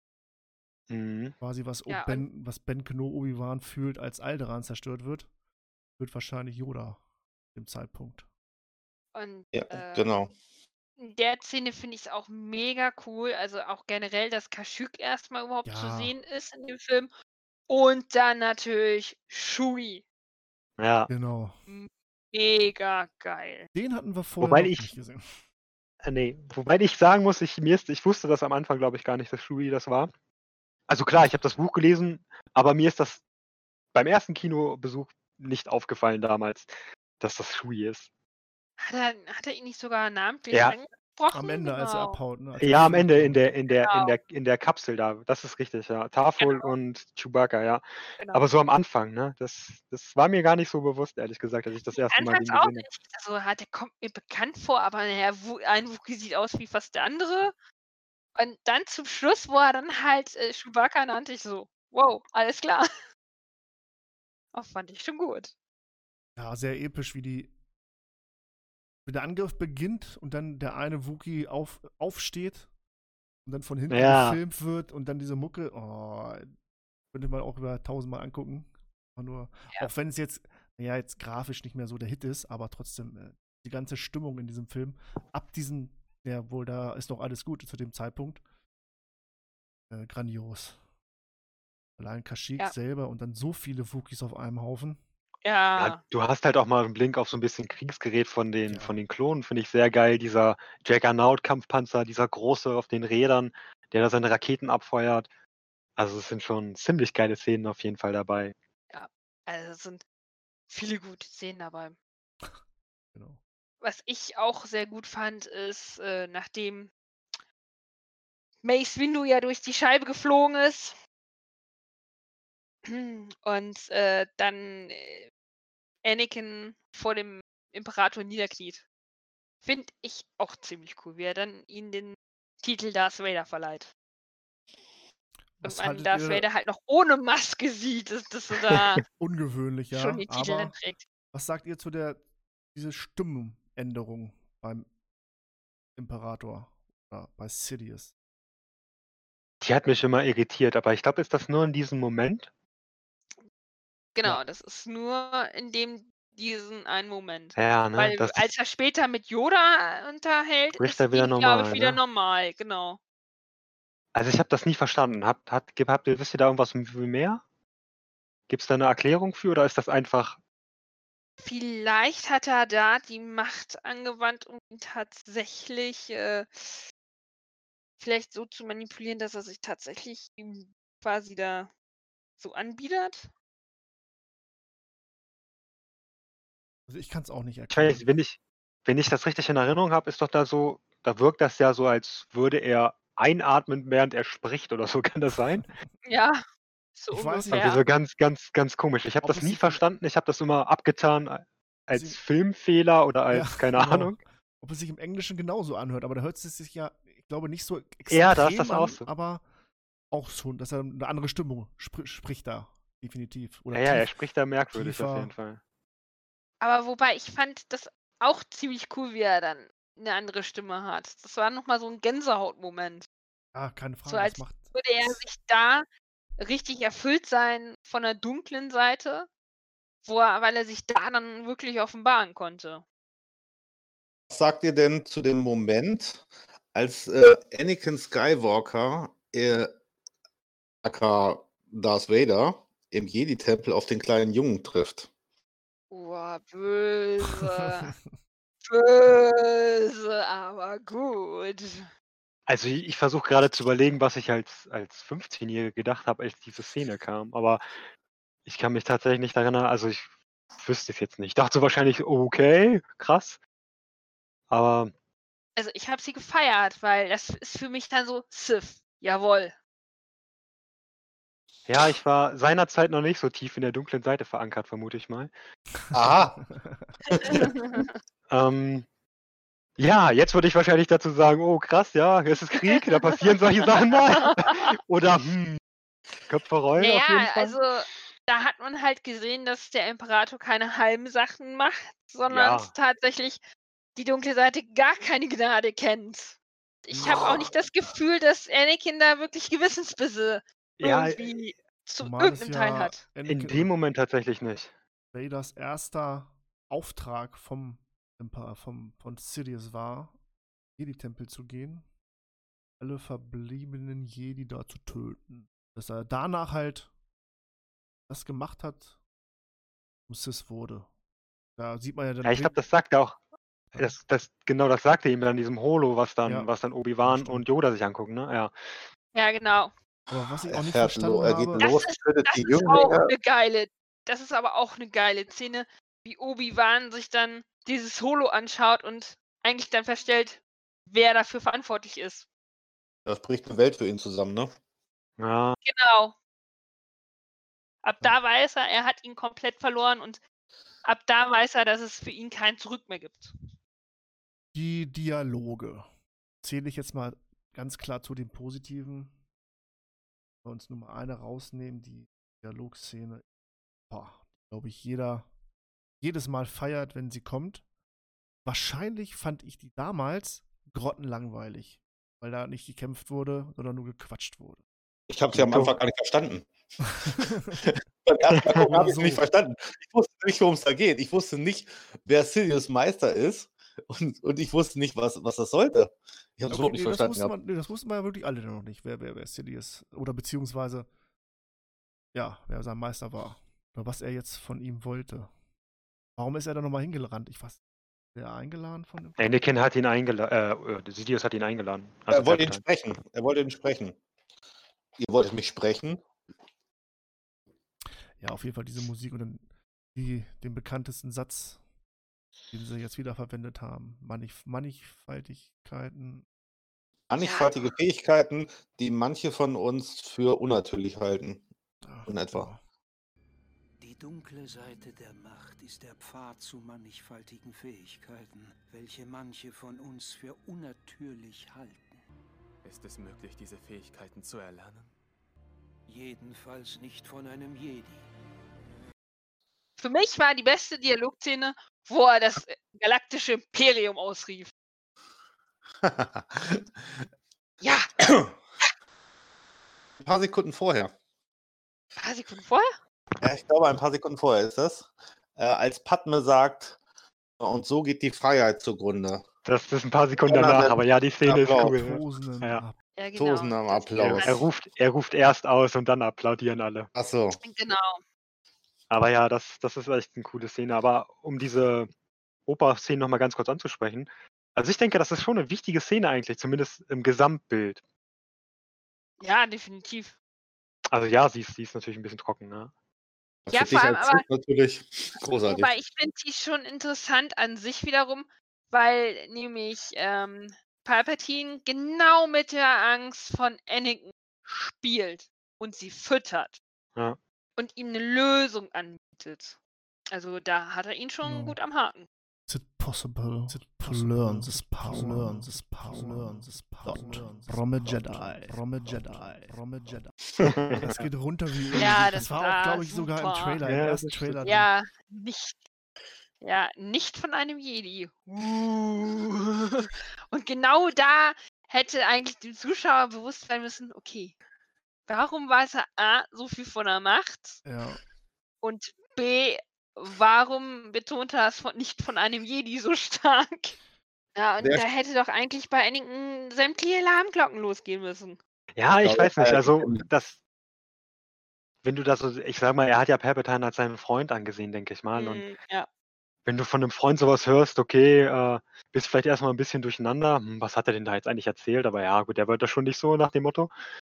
Mhm. Quasi, was Ja, Ben Kenobi Obi-Wan fühlt, als Alderaan zerstört wird wahrscheinlich Yoda dem Zeitpunkt. und Ja, genau. in der Szene finde ich es auch mega cool. Also auch generell, dass Kashyyyk erstmal überhaupt zu Ja. sehen ist in dem Film. Und dann natürlich Chewie. Ja. Genau. Mega geil. Den hatten wir vorher Wobei noch ich- nicht gesehen. Nee, wobei ich sagen muss, ich wusste das am Anfang, glaube ich, gar nicht, dass Chewie das war. Also klar, ich habe das Buch gelesen, aber mir ist das beim ersten Kinobesuch nicht aufgefallen damals, dass das Chewie ist. Hat er ihn nicht sogar namentlich Ja. angesprochen? Am Ende, als er Genau. abhaut. Ne? Ja, am Ende in der in der Kapsel da. Das ist richtig, ja. Tafel und Chewbacca, ja. Genau. Aber so am Anfang, ne? Das war mir gar nicht so bewusst, ehrlich gesagt, als ich das erste Mal den Anfangs auch gesehen habe. nicht. Also der kommt mir bekannt vor, aber ein Wookie sieht aus wie fast der andere. Und dann zum Schluss, wo er dann halt Chewbacca nannte, ich so, wow, alles klar. Das fand ich schon gut. Ja, sehr episch, wie der Angriff beginnt und dann der eine Wookie aufsteht und dann von hinten Ja. gefilmt wird und dann diese Mucke, könnte man auch über 1000-mal angucken. Nur, Ja. auch wenn es jetzt grafisch nicht mehr so der Hit ist, aber trotzdem die ganze Stimmung in diesem Film, ab diesem, ja wohl, da ist noch alles gut zu dem Zeitpunkt, grandios. Allein Kashyyyk Ja. selber und dann so viele Wookies auf einem Haufen. Ja, Ja, du hast halt auch mal einen Blick auf so ein bisschen Kriegsgerät von den Ja. Klonen, finde ich sehr geil. Dieser Juggernaut-Kampfpanzer, dieser große auf den Rädern, der da seine Raketen abfeuert. Also, es sind schon ziemlich geile Szenen auf jeden Fall dabei. also es sind viele gute Szenen dabei. Genau. Was ich auch sehr gut fand, ist, nachdem Mace Windu ja durch die Scheibe geflogen ist und dann Anakin vor dem Imperator niederkniet. Finde ich auch ziemlich cool, wie er dann ihm den Titel Darth Vader verleiht. Und Was man haltet Darth ihr Vader halt noch ohne Maske sieht, dass er da ungewöhnlich, schon ja, den Titel dann aber trägt. was sagt ihr zu diese Stimmenänderung beim Imperator oder bei Sidious? Die hat mich immer irritiert, aber ich glaube, ist das nur in diesem Moment? Genau, Ja. das ist nur in diesen einen Moment. Ja, ne? Weil Das als er später mit Yoda unterhält, spricht ist er wieder ihm, glaube ich, normal, wieder ne? normal, genau. Also, ich habe das nie verstanden. Wisst ihr da irgendwas mehr? Gibt's da 'ne Erklärung für oder ist das einfach Vielleicht hat er da die Macht angewandt, um ihn tatsächlich vielleicht so zu manipulieren, dass er sich tatsächlich ihm quasi da so anbietet? Also ich kann es auch nicht ich weiß erklären. nicht, wenn ich das richtig in Erinnerung habe, ist doch da wirkt das ja so, als würde er einatmen, während er spricht oder so. Kann das sein? Ja, so Ich weiß nicht, Irgendwie ungefähr. so ganz, ganz, ganz komisch. Ich habe ob das es nie sich im, verstanden. Ich habe das immer abgetan es als im Filmfehler oder ja, als keine genau. Ahnung. Ob es sich im Englischen genauso anhört, aber da hört es sich ja, ich glaube, nicht so Ja, da ist extrem das auch an, so. aber auch schon, dass er eine andere Stimmung spricht da, definitiv. Ja, Oder ja, er spricht da merkwürdig auf jeden tiefer. Fall. Aber wobei, ich fand das auch ziemlich cool, wie er dann eine andere Stimme hat. Das war noch mal so 'n Gänsehautmoment. Ja, keine So Frage, das als macht würde er sich da richtig erfüllt sein von der dunklen Seite, weil er sich da dann wirklich offenbaren konnte. Was sagt ihr denn zu dem Moment, als Anakin Skywalker, aka Darth Vader, im Jedi-Tempel auf den kleinen Jungen trifft? Boah, böse. Böse, aber gut. Also, ich versuche grade zu überlegen, was ich als 15-Jähriger gedacht habe, als diese Szene kam, aber ich kann mich tatsächlich nicht daran erinnern, also, ich wüsste es jetzt nicht. Ich dachte so wahrscheinlich: „Okay, krass“, aber Also, ich habe sie gefeiert, weil das ist für mich dann so Sith. Jawohl. ja, ich war seinerzeit noch nicht so tief in der dunklen Seite verankert, vermute ich mal. Aha! Ähm, ja, jetzt würde ich wahrscheinlich dazu sagen: „Oh krass, ja, es ist Krieg, da passieren solche Sachen mal.“ Oder, Köpfe rollen Na auf jeden ja, Fall. also, da hat man halt gesehen, dass der Imperator keine halben Sachen macht, sondern Ja, tatsächlich die dunkle Seite gar keine Gnade kennt. Ich habe auch Ja, nicht das Gefühl, dass Anakin da wirklich Gewissensbisse ja, irgendwie zu zumal es irgend 'nem Teil ja hat. in Anakin dem oder Moment tatsächlich nicht. Vaders erster Auftrag von Sidious war, Jedi-Tempel zu gehen, alle verbliebenen Jedi da zu töten. Dass er danach halt das gemacht hat, und Sith wurde. Da sieht man ja Ja, dann ich glaube, Bild. das sagt er auch Ja, das sagt er ihm dann in diesem Holo, ja, was dann ja, Obi-Wan und stimmt. Yoda sich angucken, ne? Ja. Ja, genau. Aber was ich Er auch nicht fährt verstanden er geht habe, Das los, ist tötet das die ist auch Jünglinge. 'ne geile das ist aber auch 'ne geile Szene, wie Obi-Wan sich dann dieses Holo anschaut und eigentlich dann feststellt, wer dafür verantwortlich ist. Das bricht 'ne Welt für ihn zusammen, ne? Ja, Genau. Ab ja, da weiß er, er hat ihn komplett verloren und ab da weiß er, dass es für ihn kein Zurück mehr gibt. die Dialoge zähle ich jetzt mal ganz klar zu den positiven. Wenn wir uns nur mal eine rausnehmen, die Dialogszene, glaube ich, jedes Mal feiert, wenn sie kommt. Wahrscheinlich fand ich die damals grottenlangweilig, weil da nicht gekämpft wurde, sondern nur gequatscht wurde. Ich habe sie am dito. Anfang gar nicht verstanden. Beim ersten Mal gucken habe Oder ich's nicht so. verstanden. Ich wusste nicht, worum es da geht. Ich wusste nicht, wer Sidious Meister ist und ich wusste nicht, was das sollte. Ich habe es Okay, überhaupt nicht verstanden gehabt. das wussten wir ja wirklich alle noch nicht, wer Sidious oder beziehungsweise, ja, wer sein Meister war. Oder was er jetzt von ihm wollte. Warum ist er da nochmal hingerannt? Ich weiß. Ist er eingeladen von dem? Anakin hat ihn eingeladen, Sidious hat ihn eingeladen. Also Er wollte ihn Palpatine. sprechen. Er wollte ihn sprechen. Ihr wolltet mich sprechen? Ja, auf jeden Fall diese Musik und dann den bekanntesten Satz, den sie jetzt wieder verwendet haben. Mannigfaltigkeiten. Mannigfaltige Fähigkeiten, die manche von uns für unnatürlich halten. Ach, In etwa. Die dunkle Seite der Macht ist der Pfad zu mannigfaltigen Fähigkeiten, welche manche von uns für unnatürlich halten. Ist es möglich, diese Fähigkeiten zu erlernen? Jedenfalls nicht von einem Jedi. Für mich war die beste Dialogszene, wo er das galaktische Imperium ausrief. Ja, Ein paar Sekunden vorher. ein paar Sekunden vorher? Ja, ich glaube, ein paar Sekunden vorher ist das. Als Padme sagt, und so geht die Freiheit zugrunde. Das ist ein paar Sekunden Ja, danach, der- aber ja, die Szene ist Applaus. cool. Tosenden Ja. ab. Ja, Tosen am Applaus. Er ruft erst aus und dann applaudieren alle. Achso. Genau. Aber ja, das ist echt eine coole Szene. Aber um diese Oper-Szene nochmal ganz kurz anzusprechen. Also ich denke, das ist schon eine wichtige Szene eigentlich, zumindest im Gesamtbild. Ja, definitiv. Also ja, sie ist natürlich ein bisschen trocken, ne? Ja, Für dich vor allem als aber- Typ natürlich großartig. Wobei ich finde die schon interessant an sich wiederum, weil nämlich Palpatine genau mit der Angst von Anakin spielt und sie füttert. Ja. Und ihm eine Lösung anbietet. Also da hat er ihn schon Genau. gut am Haken. Is it possible to learn this power? Learn this power. Learn this power. From a Jedi. From a Jedi. From a Jedi. Das geht runter wie Öl. Ja, das das war war auch, glaube ich, sogar im super. Trailer, Ja, im das ersten ist Trailer. Ja, nicht von einem Jedi. Und genau da hätte eigentlich dem Zuschauer bewusst sein müssen, okay, warum weiß er A, so viel von der Macht Ja, und B, warum betont er es nicht von einem Jedi so stark? Ja, und Der- da hätte doch eigentlich bei einigen sämtliche Alarmglocken losgehen müssen. Ja, ich Ja, weiß nicht. ja, Also die- wenn du das so, ich sag mal, er hat ja Palpatine als seinen Freund angesehen, denke ich mal. Und Ja. wenn du von einem Freund sowas hörst, okay, bist vielleicht erstmal ein bisschen durcheinander. Was hat er denn da jetzt eigentlich erzählt? Aber ja, gut, der wird das schon nicht so nach dem Motto.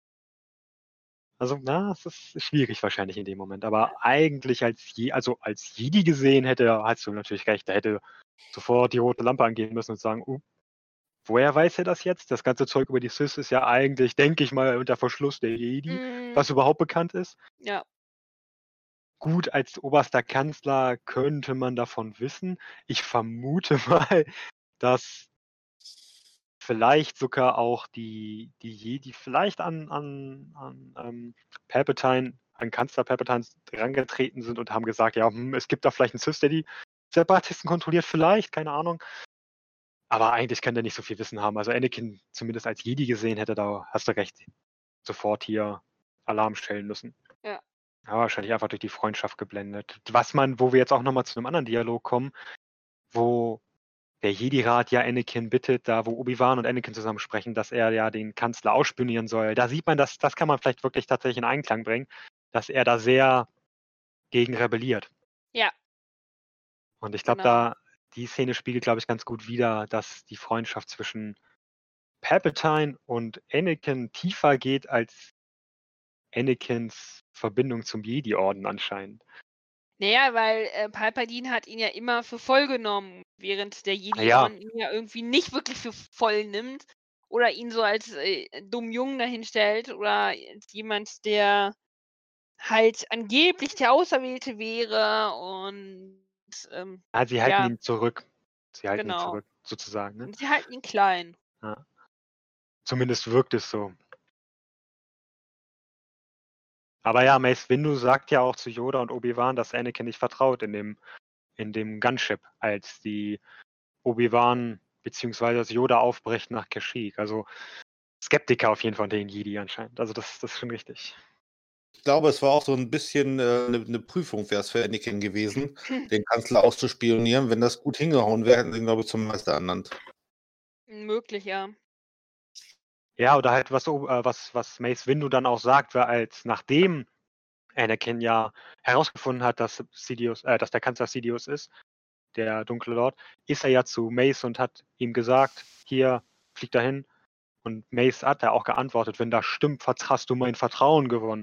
Also, na, es ist schwierig wahrscheinlich in dem Moment. Aber eigentlich als Jedi gesehen hast du natürlich recht, da hätte sofort die rote Lampe angehen müssen und sagen, woher weiß er das jetzt? Das ganze Zeug über die Sith ist ja eigentlich, denke ich mal, unter Verschluss der Jedi, was überhaupt bekannt ist. Ja. Gut, als oberster Kanzler könnte man davon wissen. Ich vermute mal, dass vielleicht sogar auch die Jedi vielleicht an Palpatine, an Kanzler Palpatine herangetreten sind und haben gesagt, ja, es gibt da vielleicht einen Sith, der die Separatisten kontrolliert, vielleicht, keine Ahnung. Aber eigentlich kann der nicht so viel Wissen haben. Also Anakin zumindest als Jedi gesehen hätte, da hast du recht, sofort hier Alarm stellen müssen. Ja. Ja, wahrscheinlich einfach durch die Freundschaft geblendet. Wo wir jetzt auch nochmal zu einem anderen Dialog kommen, wo der Jedi-Rat ja Anakin bittet, da wo Obi-Wan und Anakin zusammen sprechen, dass er ja den Kanzler ausspionieren soll. Da sieht man, das kann man vielleicht wirklich tatsächlich in Einklang bringen, dass er da sehr gegen rebelliert. Ja. Und ich glaube, Genau. die Szene spiegelt, glaube ich, ganz gut wider, dass die Freundschaft zwischen Palpatine und Anakin tiefer geht als Anakins Verbindung zum Jedi-Orden anscheinend. Naja, weil Palpatine hat ihn ja immer für voll genommen, während der Jedi Ja. ihn ja irgendwie nicht wirklich für voll nimmt oder ihn so als dummen Jungen dahin stellt oder als jemand, der halt angeblich der Auserwählte wäre und Ja, sie halten Ja. ihn zurück. Sie halten ihn Genau. zurück, sozusagen. Ne? sie halten ihn klein. Zumindest wirkt es so. Aber ja, Mace Windu sagt ja auch zu Yoda und Obi-Wan, dass Anakin nicht vertraut in dem Gunship, als die Obi-Wan bzw. als Yoda aufbricht nach Kashyyyk. Also Skeptiker auf jeden Fall den Jedi anscheinend. Also das ist schon richtig. Ich glaube, es war auch so ein bisschen eine Prüfung, wäre es für Anakin gewesen, den Kanzler auszuspionieren. Wenn das gut hingehauen wäre, hätten sie ihn, glaube ich, zum Meister ernannt. Möglich, ja. Ja, oder halt was Mace Windu dann auch sagt, weil nachdem Anakin ja herausgefunden hat, dass der Kanzler Sidious ist, der Dunkle Lord, ist er ja zu Mace und hat ihm gesagt, hier, flieg dahin. Und Mace hat ja auch geantwortet, wenn das stimmt, hast du mein Vertrauen gewonnen.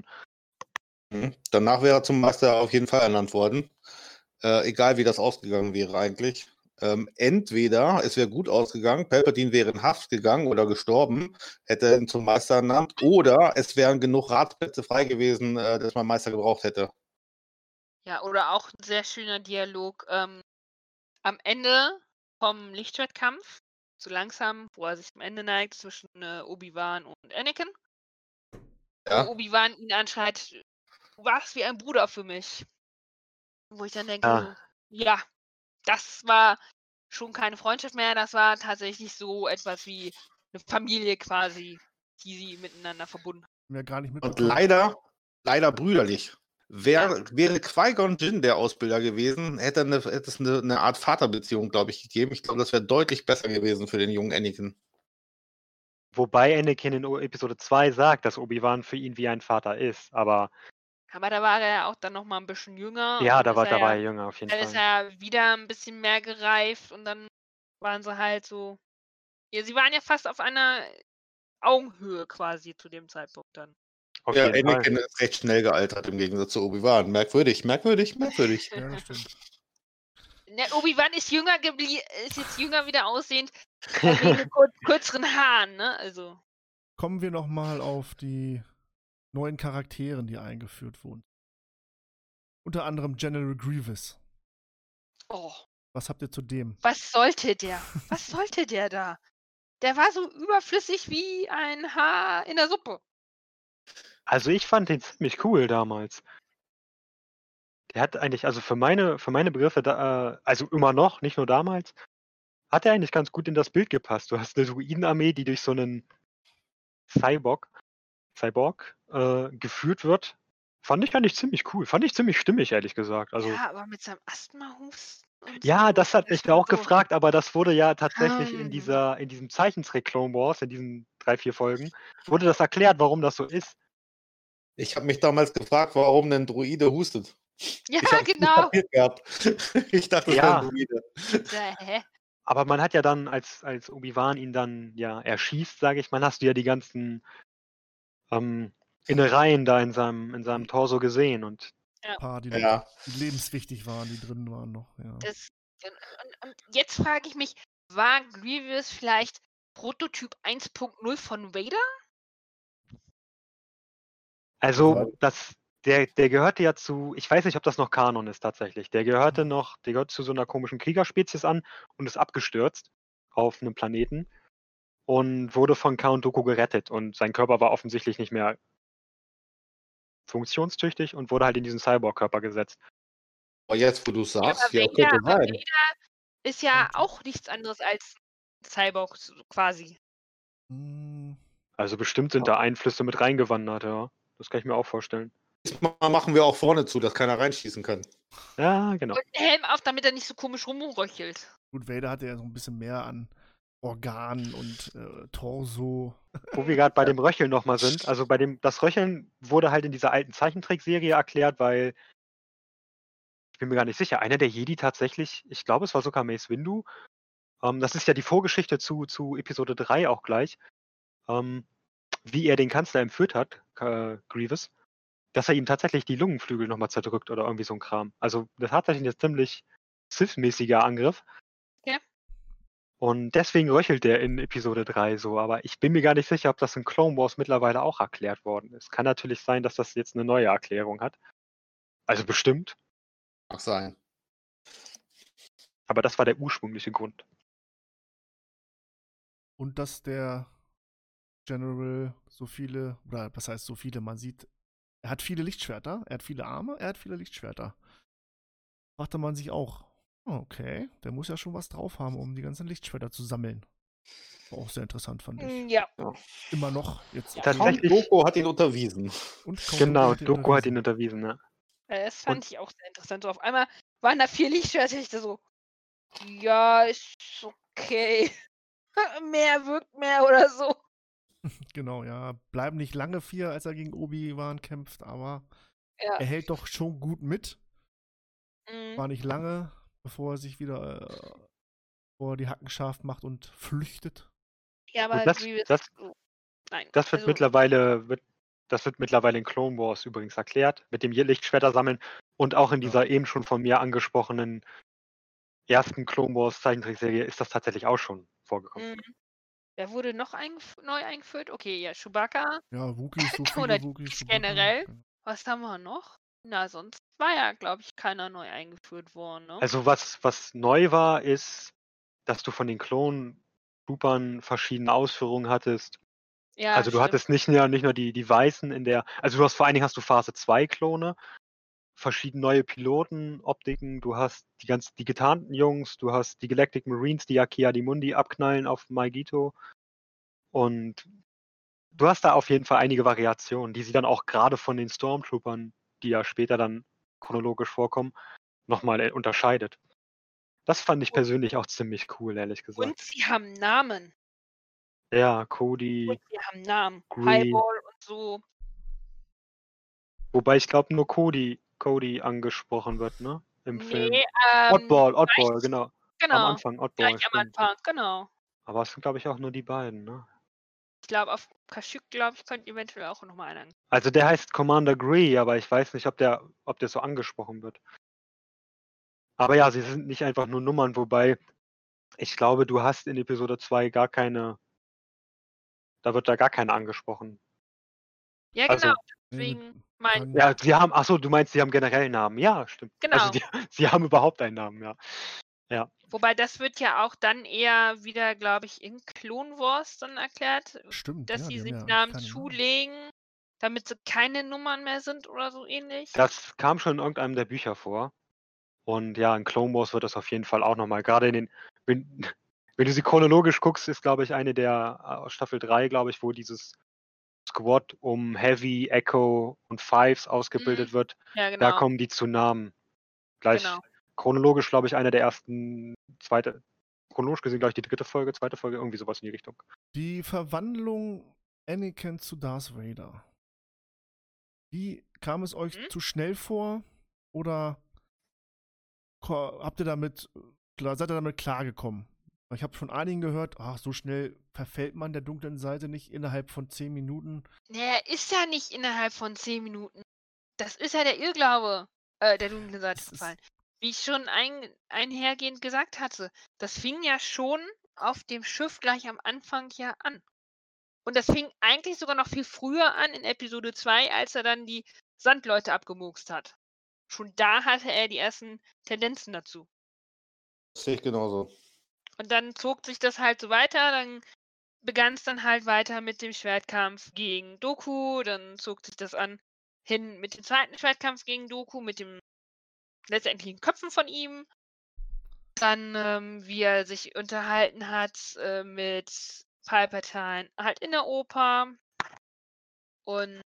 Danach wäre er zum Meister auf jeden Fall ernannt worden. Egal wie das ausgegangen wäre eigentlich. Entweder es wäre gut ausgegangen, Palpatine wäre in Haft gegangen oder gestorben, hätte er ihn zum Meister ernannt, oder es wären genug Ratsplätze frei gewesen, dass man Meister gebraucht hätte. Ja, oder auch ein sehr schöner Dialog am Ende vom Lichtschwertkampf, so langsam, wo er sich am Ende neigt zwischen Obi-Wan und Anakin. Ja. Wo Obi-Wan ihn anschreit, du warst wie ein Bruder für mich. Wo ich dann denke, Ja. so, ja, das war schon keine Freundschaft mehr, das war tatsächlich so etwas wie eine Familie quasi, die sie miteinander verbunden haben. Mir gar nicht Und mitbekommen. leider brüderlich. Wäre Qui-Gon Jinn der Ausbilder gewesen, hätte es eine Art Vaterbeziehung, glaube ich, gegeben. Ich glaube, das wäre deutlich besser gewesen für den jungen Anakin. Wobei Anakin in Episode 2 sagt, dass Obi-Wan für ihn wie ein Vater ist, aber da war er ja auch dann nochmal ein bisschen jünger. ja, und da ist war er jünger auf jeden Dann ist Fall. er wieder ein bisschen mehr gereift und dann waren sie halt so. Ja, sie waren ja fast auf einer Augenhöhe quasi zu dem Zeitpunkt dann. Auf Ja, jeden Fall. Anakin ist recht schnell gealtert im Gegensatz zu Obi-Wan. Merkwürdig. Ja, das stimmt. Obi-Wan ist ist jetzt jünger wieder aussehend, wegen den kürzeren Haaren, ne? Also. Kommen wir nochmal auf die neuen Charakteren, die eingeführt wurden. Unter anderem General Grievous. Oh, Was habt ihr zu dem? was sollte der? Was sollte der da? Der war so überflüssig wie ein Haar in der Suppe. Also ich fand den ziemlich cool damals. Der hat eigentlich, also für meine Begriffe, also immer noch, nicht nur damals, hat er eigentlich ganz gut in das Bild gepasst. Du hast eine Druidenarmee, die durch so einen Cyborg geführt wird. Fand ich eigentlich ziemlich cool. Fand ich ziemlich stimmig, ehrlich gesagt. Also, Ja, aber mit seinem Asthma-Husten. und ja, so, das hat mich da schon auch so. gefragt, aber das wurde ja tatsächlich in Ah. diesem Zeichentrick Clone Wars, in diesen 3-4 Folgen, wurde das erklärt, warum das so ist. Ich habe mich damals gefragt, warum ein Druide hustet. Ja, Ich habe es nicht genau. kapiert gehabt. Ich dachte, das Ja. wäre ein Druide. Hä? Aber man hat ja dann, als Obi-Wan ihn dann ja erschießt, sage ich mal, hast du ja die ganzen Innereien da in seinem Torso gesehen. Und Ein paar, die Ja. lebenswichtig waren, die drin waren noch. Ja. Und jetzt frage ich mich, war Grievous vielleicht Prototyp 1.0 von Vader? also, der gehörte ja zu, ich weiß nicht, ob das noch Kanon ist tatsächlich. Der gehört zu so einer komischen Kriegerspezies an und ist abgestürzt auf einem Planeten und wurde von Count Dooku gerettet. Und sein Körper war offensichtlich nicht mehr funktionstüchtig und wurde halt in diesen Cyborg-Körper gesetzt. Aber jetzt, wo du sagst, Aber ja, Vader, könnte aber sein. Vader ist ja auch nichts anderes als Cyborg quasi. Hm, Also bestimmt sind da Einflüsse mit reingewandert, ja. Das kann ich mir auch vorstellen. Diesmal machen wir auch vorne zu, dass keiner reinschießen kann. Ja, genau. Und einen Helm auf, damit er nicht so komisch rumröchelt. gut, Vader hatte ja so ein bisschen mehr an Organen und Torso. Wo wir gerade bei dem Röcheln nochmal sind, also das Röcheln wurde halt in dieser alten Zeichentrickserie erklärt, weil, ich bin mir gar nicht sicher, einer der Jedi tatsächlich, ich glaube, es war sogar Mace Windu, das ist ja die Vorgeschichte zu Episode 3 auch gleich, wie er den Kanzler entführt hat, Grievous, dass er ihm tatsächlich die Lungenflügel nochmal zerdrückt oder irgendwie so ein Kram. Also das hat tatsächlich ein ziemlich Sith-mäßiger Angriff. Ja. Und deswegen röchelt der in Episode 3 so, aber ich bin mir gar nicht sicher, ob das in Clone Wars mittlerweile auch erklärt worden ist. Kann natürlich sein, dass das jetzt eine neue Erklärung hat. Also bestimmt, Mag sein. aber das war der ursprüngliche Grund. Und dass der General so viele, oder was heißt so viele, man sieht, er hat viele Lichtschwerter, er hat viele Arme, er hat viele Lichtschwerter. Fragte man sich auch, okay, der muss ja schon was drauf haben, um die ganzen Lichtschwerter zu sammeln. War auch sehr interessant, fand ich. Ja. Immer noch jetzt. Ja. Tatsächlich, Count Dooku hat ihn unterwiesen. Und Count genau, Dooku Doku hat ihn unterwiesen, ne? Das fand ich auch sehr interessant. So auf einmal waren da 4 Lichtschwerter. Ich da so, ja, ist okay. Mehr wirkt mehr oder so. Genau, ja. Bleiben nicht lange 4, als er gegen Obi-Wan kämpft, aber Ja. er hält doch schon gut mit. Mhm. War nicht lange, bevor er sich wieder vor die Hacken scharf macht und flüchtet. Ja, Gut, aber das, Grievous. das, Nein. das wird Also, mittlerweile in Clone Wars übrigens erklärt, mit dem Lichtschwerter sammeln und auch in Ja. dieser eben schon von mir angesprochenen ersten Clone Wars Zeichentrickserie ist das tatsächlich auch schon vorgekommen. wer wurde noch neu eingeführt? Okay, ja, Chewbacca. Ja, Wookies, so Oder viele Wookies. Chiefs Chewbacca, generell. genau. Was haben wir noch? Na, sonst war ja, glaube ich, keiner neu eingeführt worden, ne? Also was neu war, ist, dass du von den Klon-Troopern verschiedene Ausführungen hattest. Ja, Also du stimmt. hattest nicht nur die Weißen also vor allen Dingen hast du Phase 2 Klone, verschiedene neue Piloten, Optiken, du hast die getarnten Jungs, du hast die Galactic Marines, die ja Ki-Adi-Mundi abknallen auf Maigito und du hast da auf jeden Fall einige Variationen, die sie dann auch gerade von den Stormtroopern, die ja später dann chronologisch vorkommen, nochmal unterscheidet. Das fand ich persönlich auch ziemlich cool, ehrlich gesagt. Und sie haben Namen. Ja, Cody, Und sie haben Namen. Gree. Highball und so. Wobei ich glaube nur Cody angesprochen wird, ne? Im Film. Nee, Oddball, gleich- genau. Am Genau. Anfang, Oddball, Gleich am stimmt. Anfang, genau. Aber es sind, glaube ich, auch nur die beiden, ne? Ich glaube, auf Kashyyyk, könnte eventuell auch nochmal einer. Also der heißt Commander Gree, aber ich weiß nicht, ob der so angesprochen wird. Aber ja, sie sind nicht einfach nur Nummern, wobei ich glaube, du hast in Episode 2 gar keine, da wird da gar keine angesprochen. Ja, Also, genau. Deswegen mein. ja, du meinst, sie haben generell Namen. Ja, stimmt. Genau. Also sie haben überhaupt einen Namen, ja. Ja. Wobei das wird ja auch dann eher wieder, glaube ich, in Clone Wars dann erklärt, Stimmt, dass ja, sie die haben sich ja Namen keine zulegen, damit sie keine Nummern mehr sind oder so ähnlich. Das kam schon in irgendeinem der Bücher vor. Und ja, in Clone Wars wird das auf jeden Fall auch nochmal, gerade wenn du sie chronologisch guckst, ist, glaube ich, eine der aus Staffel 3, glaube ich, wo dieses Squad um Heavy, Echo und Fives ausgebildet wird. Ja, Da genau. kommen die zu Namen. Gleich Genau. chronologisch, glaube ich, einer der ersten, chronologisch gesehen, glaube ich, die zweite Folge, irgendwie sowas in die Richtung. Die Verwandlung Anakin zu Darth Vader. Wie kam es euch zu schnell vor? Oder seid ihr damit klargekommen? Ich habe von einigen gehört, so schnell verfällt man der dunklen Seite nicht innerhalb von 10 Minuten. Naja, ist ja nicht innerhalb von 10 Minuten. Das ist ja der Irrglaube der dunklen Seite verfallen. Wie ich schon einhergehend gesagt hatte, das fing ja schon auf dem Schiff gleich am Anfang ja an. Und das fing eigentlich sogar noch viel früher an in Episode 2, als er dann die Sandleute abgemurkst hat. Schon da hatte er die ersten Tendenzen dazu. Das sehe ich genauso. Und dann zog sich das halt so weiter, dann begann es dann halt weiter mit dem Schwertkampf gegen Dooku, dann zog sich das hin mit dem zweiten Schwertkampf gegen Dooku, mit dem letztendlichen Köpfen von ihm. Dann, wie er sich unterhalten hat mit Palpatine, halt in der Oper. Und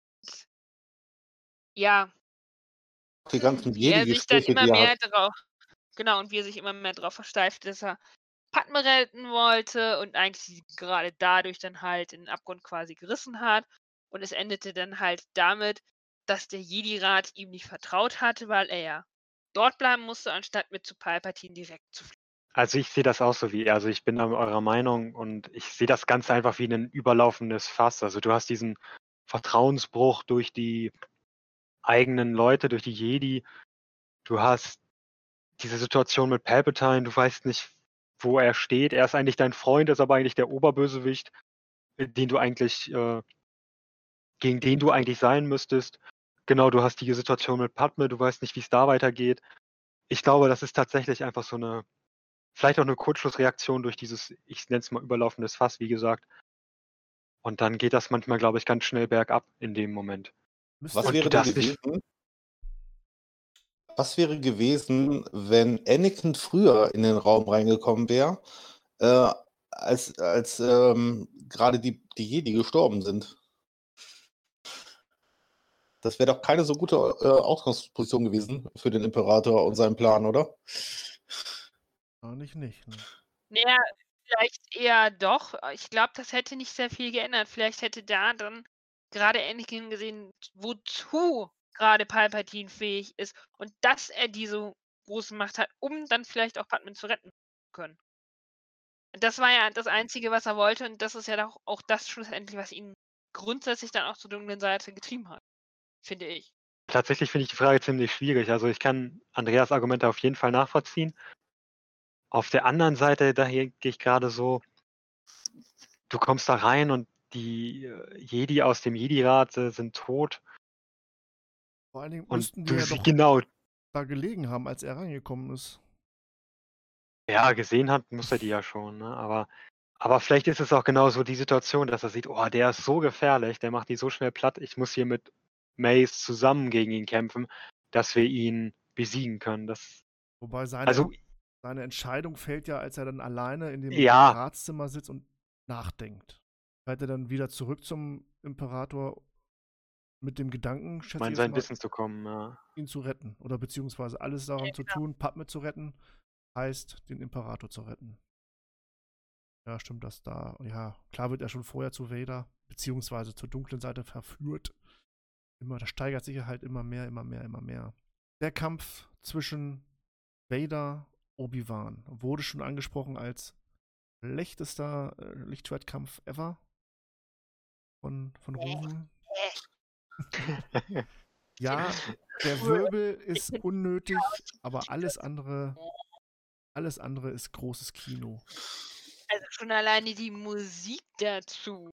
ja, Die ganzen wie er sich dann Jedi-Gespräche, immer die er mehr hat. drauf, genau, und wie er sich immer mehr drauf versteift, dass er Padme retten wollte und eigentlich sie gerade dadurch dann halt in den Abgrund quasi gerissen hat. Und es endete dann halt damit, dass der Jedi-Rat ihm nicht vertraut hatte, weil er ja dort bleiben musste, anstatt mit zu Palpatine direkt zu fliegen. Also ich sehe das auch so also ich bin da eurer Meinung und ich sehe das Ganze einfach wie ein überlaufendes Fass. Also du hast diesen Vertrauensbruch durch die eigenen Leute, durch die Jedi. Du hast diese Situation mit Palpatine, du weißt nicht, wo er steht. Er ist eigentlich dein Freund, ist aber eigentlich der Oberbösewicht, gegen den du eigentlich sein müsstest. Genau, du hast die Situation mit Padme, du weißt nicht, wie es da weitergeht. Ich glaube, das ist tatsächlich einfach so vielleicht auch eine Kurzschlussreaktion durch dieses, ich nenne es mal überlaufendes Fass, wie gesagt. Und dann geht das manchmal, glaube ich, ganz schnell bergab in dem Moment. Was Und wäre du denn darfst nicht- gewesen? Was wäre gewesen, wenn Anakin früher in den Raum reingekommen wäre, als gerade die Jedi gestorben sind? Das wäre doch keine so gute Ausgangsposition gewesen für den Imperator und seinen Plan, oder? Eigentlich nicht. Ne? Naja, vielleicht eher doch. Ich glaube, das hätte nicht sehr viel geändert. Vielleicht hätte da dann gerade Anakin gesehen, wozu gerade Palpatine fähig ist und dass er diese große Macht hat, um dann vielleicht auch Padmé zu retten zu können. Das war ja das Einzige, was er wollte und das ist ja doch auch das schlussendlich, was ihn grundsätzlich dann auch zur dunklen Seite getrieben hat, finde ich. Tatsächlich finde ich die Frage ziemlich schwierig. Also ich kann Andreas Argumente auf jeden Fall nachvollziehen. Auf der anderen Seite, daher gehe ich gerade so, du kommst da rein und die Jedi aus dem Jedi-Rat sind tot. Vor allen Dingen Und müssten die du ja sie doch genau da gelegen haben, als er reingekommen ist. gesehen hat, muss er die ja schon. Ne? Aber vielleicht ist es auch genau so die Situation, dass er sieht, oh, der ist so gefährlich, der macht die so schnell platt, ich muss hier mit Mace zusammen gegen ihn kämpfen, dass wir ihn besiegen können. Wobei Also, seine Entscheidung fällt ja, als er dann alleine in dem ja, Ratszimmer sitzt und nachdenkt. Fährt er dann wieder zurück zum Imperator mit dem Gedanken, schätze ich mein jetzt sein mal, Wissen zu kommen. Ja. ihn zu retten. Oder beziehungsweise alles daran zu tun, Padmé zu retten, heißt, den Imperator zu retten. Ja, stimmt das da. Ja, klar wird er schon vorher zu Vader, beziehungsweise zur dunklen Seite verführt. Das steigert sich halt immer mehr, immer mehr, immer mehr. Der Kampf zwischen Vader, Obi-Wan wurde schon angesprochen als schlechtester Lichtschwertkampf ever von Rufen. Ja, der Wirbel ist unnötig, aber alles andere ist großes Kino. Also schon alleine die Musik dazu.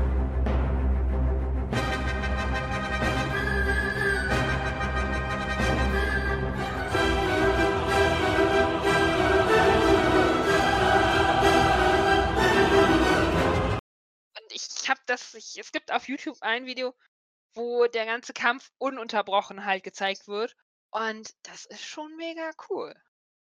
Und es gibt auf YouTube ein Video, wo der ganze Kampf ununterbrochen halt gezeigt wird. Und das ist schon mega cool.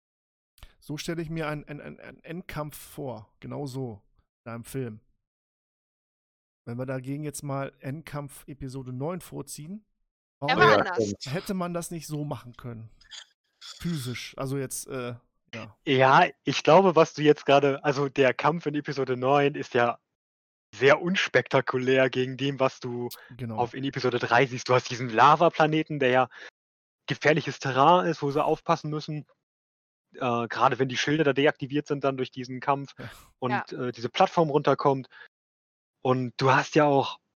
So stelle ich mir einen Endkampf vor. Genau so. Da im Film. Wenn wir dagegen jetzt mal Endkampf Episode 9 vorziehen, Er war anders. hätte man das nicht so machen können? Physisch. Also jetzt, ja. Ja, ich glaube, was du jetzt gerade, also der Kampf in Episode 9 ist ja sehr unspektakulär gegen dem, was du Genau. in Episode 3 siehst. Du hast diesen Lava-Planeten, der ja gefährliches Terrain ist, wo sie aufpassen müssen. Gerade wenn die Schilde da deaktiviert sind dann durch diesen Kampf Ja. und diese Plattform runterkommt. Und du hast ja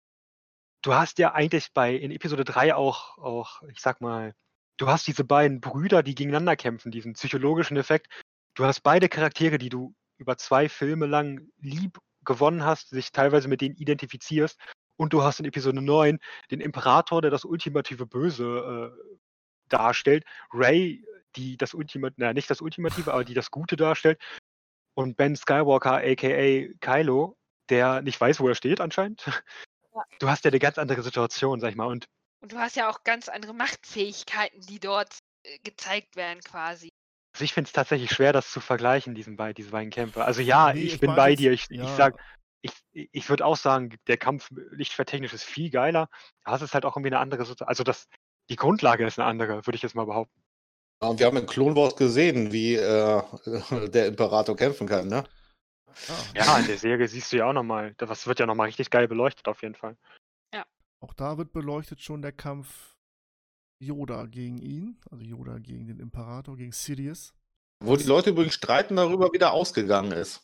eigentlich in Episode 3 auch, ich sag mal, du hast diese beiden Brüder, die gegeneinander kämpfen, diesen psychologischen Effekt. Du hast beide Charaktere, die du über 2 Filme lang lieb gewonnen hast, dich teilweise mit denen identifizierst. Und du hast in Episode 9 den Imperator, der das ultimative Böse darstellt. Rey, die das nicht das Ultimative, aber die das Gute darstellt. Und Ben Skywalker, a.k.a. Kylo, der nicht weiß, wo er steht anscheinend. Ja. Du hast ja eine ganz andere Situation, sag ich mal. Und du hast ja auch ganz andere Machtfähigkeiten, die dort gezeigt werden quasi. also ich finde es tatsächlich schwer, das zu vergleichen, diese beiden Kämpfe. Also ja, Nee, ich ich bin meinte bei jetzt- dir. Ich ja. sag, ich würde auch sagen, der Kampf lichtschwerttechnisch ist viel geiler. Das ist halt auch irgendwie eine andere Situation. Also die Grundlage ist eine andere, würde ich jetzt mal behaupten. Und wir haben in Clone Wars gesehen, wie der Imperator kämpfen kann, ne? Ja, in der Serie siehst du ja auch nochmal, das wird ja nochmal richtig geil beleuchtet auf jeden Fall. Auch da wird beleuchtet schon der Kampf Yoda gegen ihn, also Yoda gegen den Imperator, gegen Sidious. Wo die Leute übrigens streiten darüber, wie der ausgegangen ist.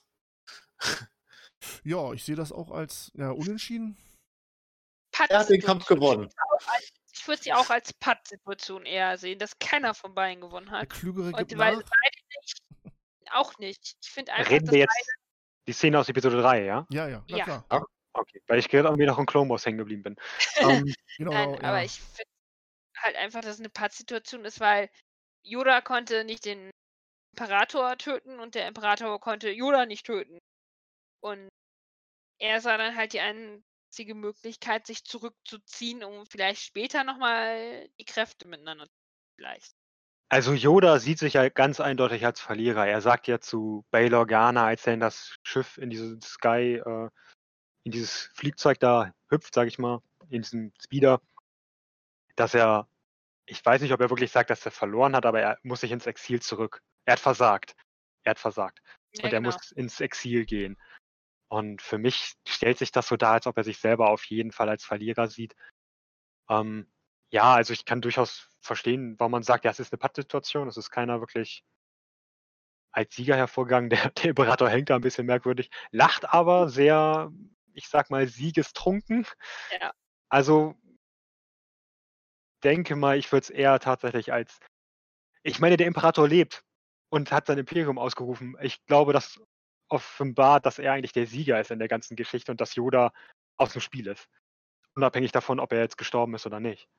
Ja, ich sehe das auch als unentschieden. Er hat den Kampf gewonnen. Ich würde sie auch als Putt-Situation eher sehen, dass keiner von beiden gewonnen Der hat. Klügere Und gibt weil nach. beide nicht, auch nicht. Ich finde einfach, Reden dass wir jetzt die Szene aus Episode 3, ja? Ja, na Ja. klar. Okay, weil ich gerade irgendwie noch in Clone Wars hängen geblieben bin. Genau, Nein, ja. aber ich finde halt einfach, dass es eine Pattsituation ist, weil Yoda konnte nicht den Imperator töten und der Imperator konnte Yoda nicht töten. Und er sah dann halt die einzige Möglichkeit, sich zurückzuziehen, um vielleicht später nochmal die Kräfte miteinander vielleicht. Also Yoda sieht sich ja ganz eindeutig als Verlierer. Er sagt ja zu Bail Organa, als er in das Schiff, in dieses in dieses Flugzeug da hüpft, sag ich mal, in diesem Speeder, dass er, ich weiß nicht, ob er wirklich sagt, dass er verloren hat, aber er muss sich ins Exil zurück. Er hat versagt. Ja, Und er genau. muss ins Exil gehen. Und für mich stellt sich das so dar, als ob er sich selber auf jeden Fall als Verlierer sieht. Ja, also ich kann durchaus verstehen, warum man sagt, ja, es ist eine Pattsituation, es ist keiner wirklich als Sieger hervorgegangen. Der Imperator hängt da ein bisschen merkwürdig, lacht aber sehr, ich sag mal, siegestrunken. Ja. Also denke mal, ich würde es eher tatsächlich als ich meine, der Imperator lebt und hat sein Imperium ausgerufen. Ich glaube, das offenbart, dass er eigentlich der Sieger ist in der ganzen Geschichte und dass Yoda aus dem Spiel ist. Unabhängig davon, ob er jetzt gestorben ist oder nicht.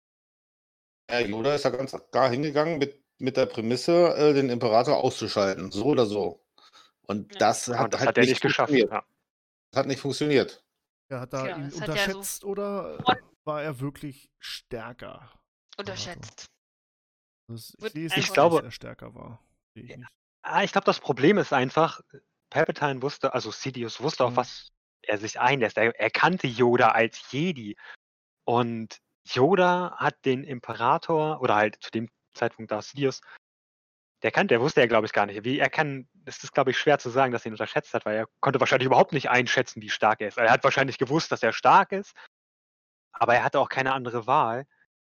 Ja, Yoda ist ja ganz klar hingegangen mit der Prämisse, den Imperator auszuschalten. So oder so. Und Ja. das Ja, hat und das halt hat er nicht nicht geschafft. funktioniert. Ja. Das hat nicht funktioniert. Er hat da Ja, ihn es hat ja so unterschätzt oder war er wirklich stärker? unterschätzt. Ich Wird sehe es einfach nicht, glaube- dass er stärker war. Sehe ich nicht. Ich glaube, das Problem ist einfach, Palpatine wusste, also Sidious wusste, auf Mhm. was er sich einlässt. Er kannte Yoda als Jedi. Und Yoda hat den Imperator, oder halt zu dem Zeitpunkt da Sidious, der wusste er, glaube ich, gar nicht. Es ist, glaube ich, schwer zu sagen, dass er ihn unterschätzt hat, weil er konnte wahrscheinlich überhaupt nicht einschätzen, wie stark er ist. Er hat wahrscheinlich gewusst, dass er stark ist, aber er hatte auch keine andere Wahl,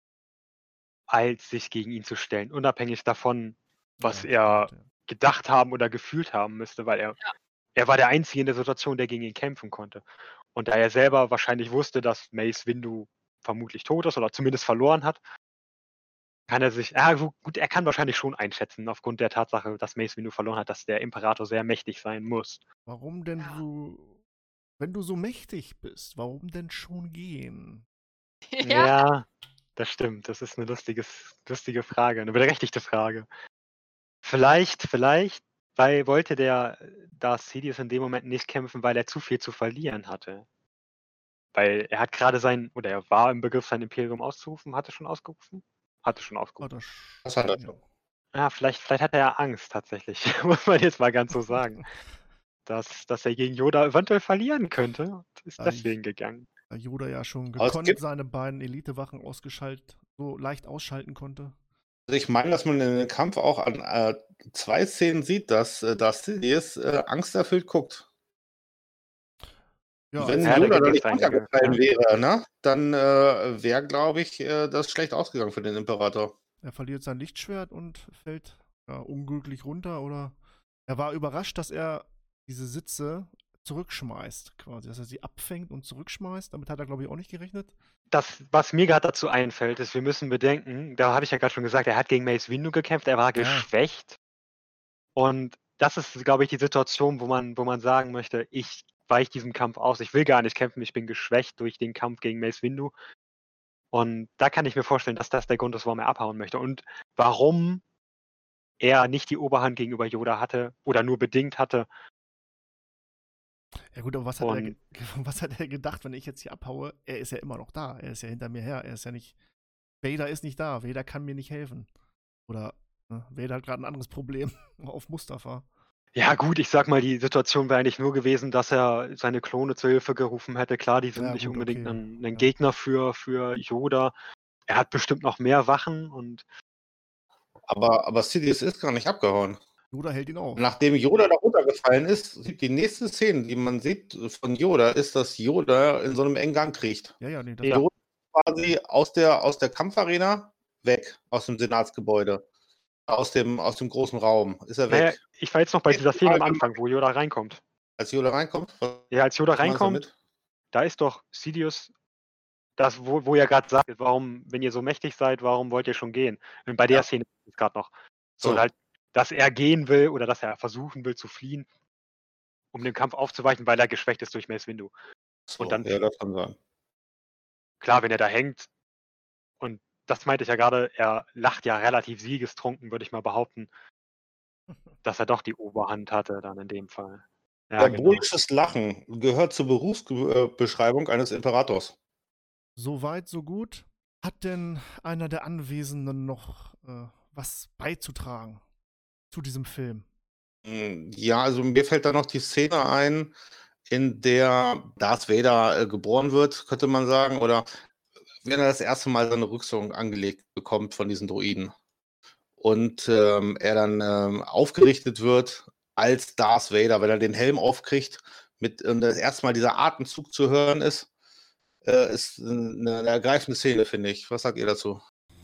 als sich gegen ihn zu stellen, unabhängig davon, was Ja, er stimmt, gedacht haben oder gefühlt haben müsste, weil er war der Einzige in der Situation, der gegen ihn kämpfen konnte. Und da er selber wahrscheinlich wusste, dass Mace Windu vermutlich tot ist oder zumindest verloren hat, kann er sich, gut, er kann wahrscheinlich schon einschätzen, aufgrund der Tatsache, dass Mace Windu verloren hat, dass der Imperator sehr mächtig sein muss. Warum denn Ja. wenn du so mächtig bist, warum denn schon gehen? Ja. Ja, das stimmt. Das ist eine lustige Frage, eine berechtigte Frage. Vielleicht, weil wollte der Darth Sidious in dem Moment nicht kämpfen, weil er zu viel zu verlieren hatte. Weil er hat gerade oder er war im Begriff, sein Imperium auszurufen. Hatte schon ausgerufen? Hatte schon Ah, ausgerufen. Das hat er ja. schon. Ja, vielleicht hat er ja Angst tatsächlich, muss man jetzt mal ganz so sagen. Dass er gegen Yoda eventuell verlieren könnte und ist Ah, deswegen gegangen. Weil Yoda ja schon Aber es gekonnt gibt- seine beiden Elitewachen so leicht ausschalten konnte. Also ich meine, dass man in dem Kampf auch an 2 Szenen sieht, dass Sidious angsterfüllt guckt. Ja, Wenn Ja, da Yoda da gibt's nicht einige, runtergefallen ja. wäre, ne, dann wäre, glaube ich, das schlecht ausgegangen für den Imperator. er verliert sein Lichtschwert und fällt unglücklich runter oder er war überrascht, dass er diese Sitze zurückschmeißt, quasi, dass er sie abfängt und zurückschmeißt. Damit hat er, glaube ich, auch nicht gerechnet. Was mir gerade dazu einfällt, ist, wir müssen bedenken, da habe ich ja gerade schon gesagt, er hat gegen Mace Windu gekämpft, er war geschwächt. Und das ist, glaube ich, die Situation, wo man sagen möchte, ich weiche diesem Kampf aus. Ich will gar nicht kämpfen, ich bin geschwächt durch den Kampf gegen Mace Windu. Und da kann ich mir vorstellen, dass das der Grund ist, warum er abhauen möchte. Und warum er nicht die Oberhand gegenüber Yoda hatte oder nur bedingt hatte. Ja gut, aber was Und was hat er gedacht, wenn ich jetzt hier abhaue? Er ist ja immer noch da. Er ist ja hinter mir her. Er ist ja nicht. Vader ist nicht da. Vader kann mir nicht helfen. Oder Vader hat gerade ein anderes Problem auf Mustafa. ja gut, ich sag mal, die Situation wäre eigentlich nur gewesen, dass er seine Klone zur Hilfe gerufen hätte. Klar, die sind Ja, nicht gut, unbedingt okay. ein Ja. Gegner für Yoda. Er hat bestimmt noch mehr Wachen und Aber Sidious ist gar nicht abgehauen. Yoda hält ihn auf. Nachdem Yoda da runtergefallen ist, die nächste Szene, die man sieht von Yoda, ist, dass Yoda in so einem engen Gang kriecht. Ja, nee, das Ja. Yoda ist quasi aus der Kampfarena weg, aus dem Senatsgebäude, aus dem großen Raum, ist er naja, weg. ich war jetzt noch bei dieser Szene am Anfang, wo Yoda reinkommt. Als Yoda reinkommt, Ja, als Yoda was meinst du reinkommt, da ist doch Sidious, das, wo er gerade sagt, warum, wenn ihr so mächtig seid, warum wollt ihr schon gehen? Und bei der Ja. Szene ist es gerade noch. So, So. und halt, dass er gehen will oder dass er versuchen will zu fliehen, um den Kampf aufzuweichen, weil er geschwächt ist durch Mace Windu. So, Und dann, ja, das kann sein. klar, wenn er da hängt, und das meinte ich ja gerade, er lacht ja relativ siegestrunken, würde ich mal behaupten, dass er doch die Oberhand hatte dann in dem Fall. Ja, genau. Diabolisches Lachen gehört zur Berufsbeschreibung eines Imperators. So weit, so gut. Hat denn einer der Anwesenden noch was beizutragen zu diesem Film? Ja, also mir fällt da noch die Szene ein, in der Darth Vader geboren wird, könnte man sagen, oder wenn er das erste Mal seine Rüstung angelegt bekommt von diesen Droiden und er dann aufgerichtet wird als Darth Vader, wenn er den Helm aufkriegt und das erste Mal dieser Atemzug zu hören ist, Ist eine ergreifende Szene, finde ich. Was sagt ihr dazu?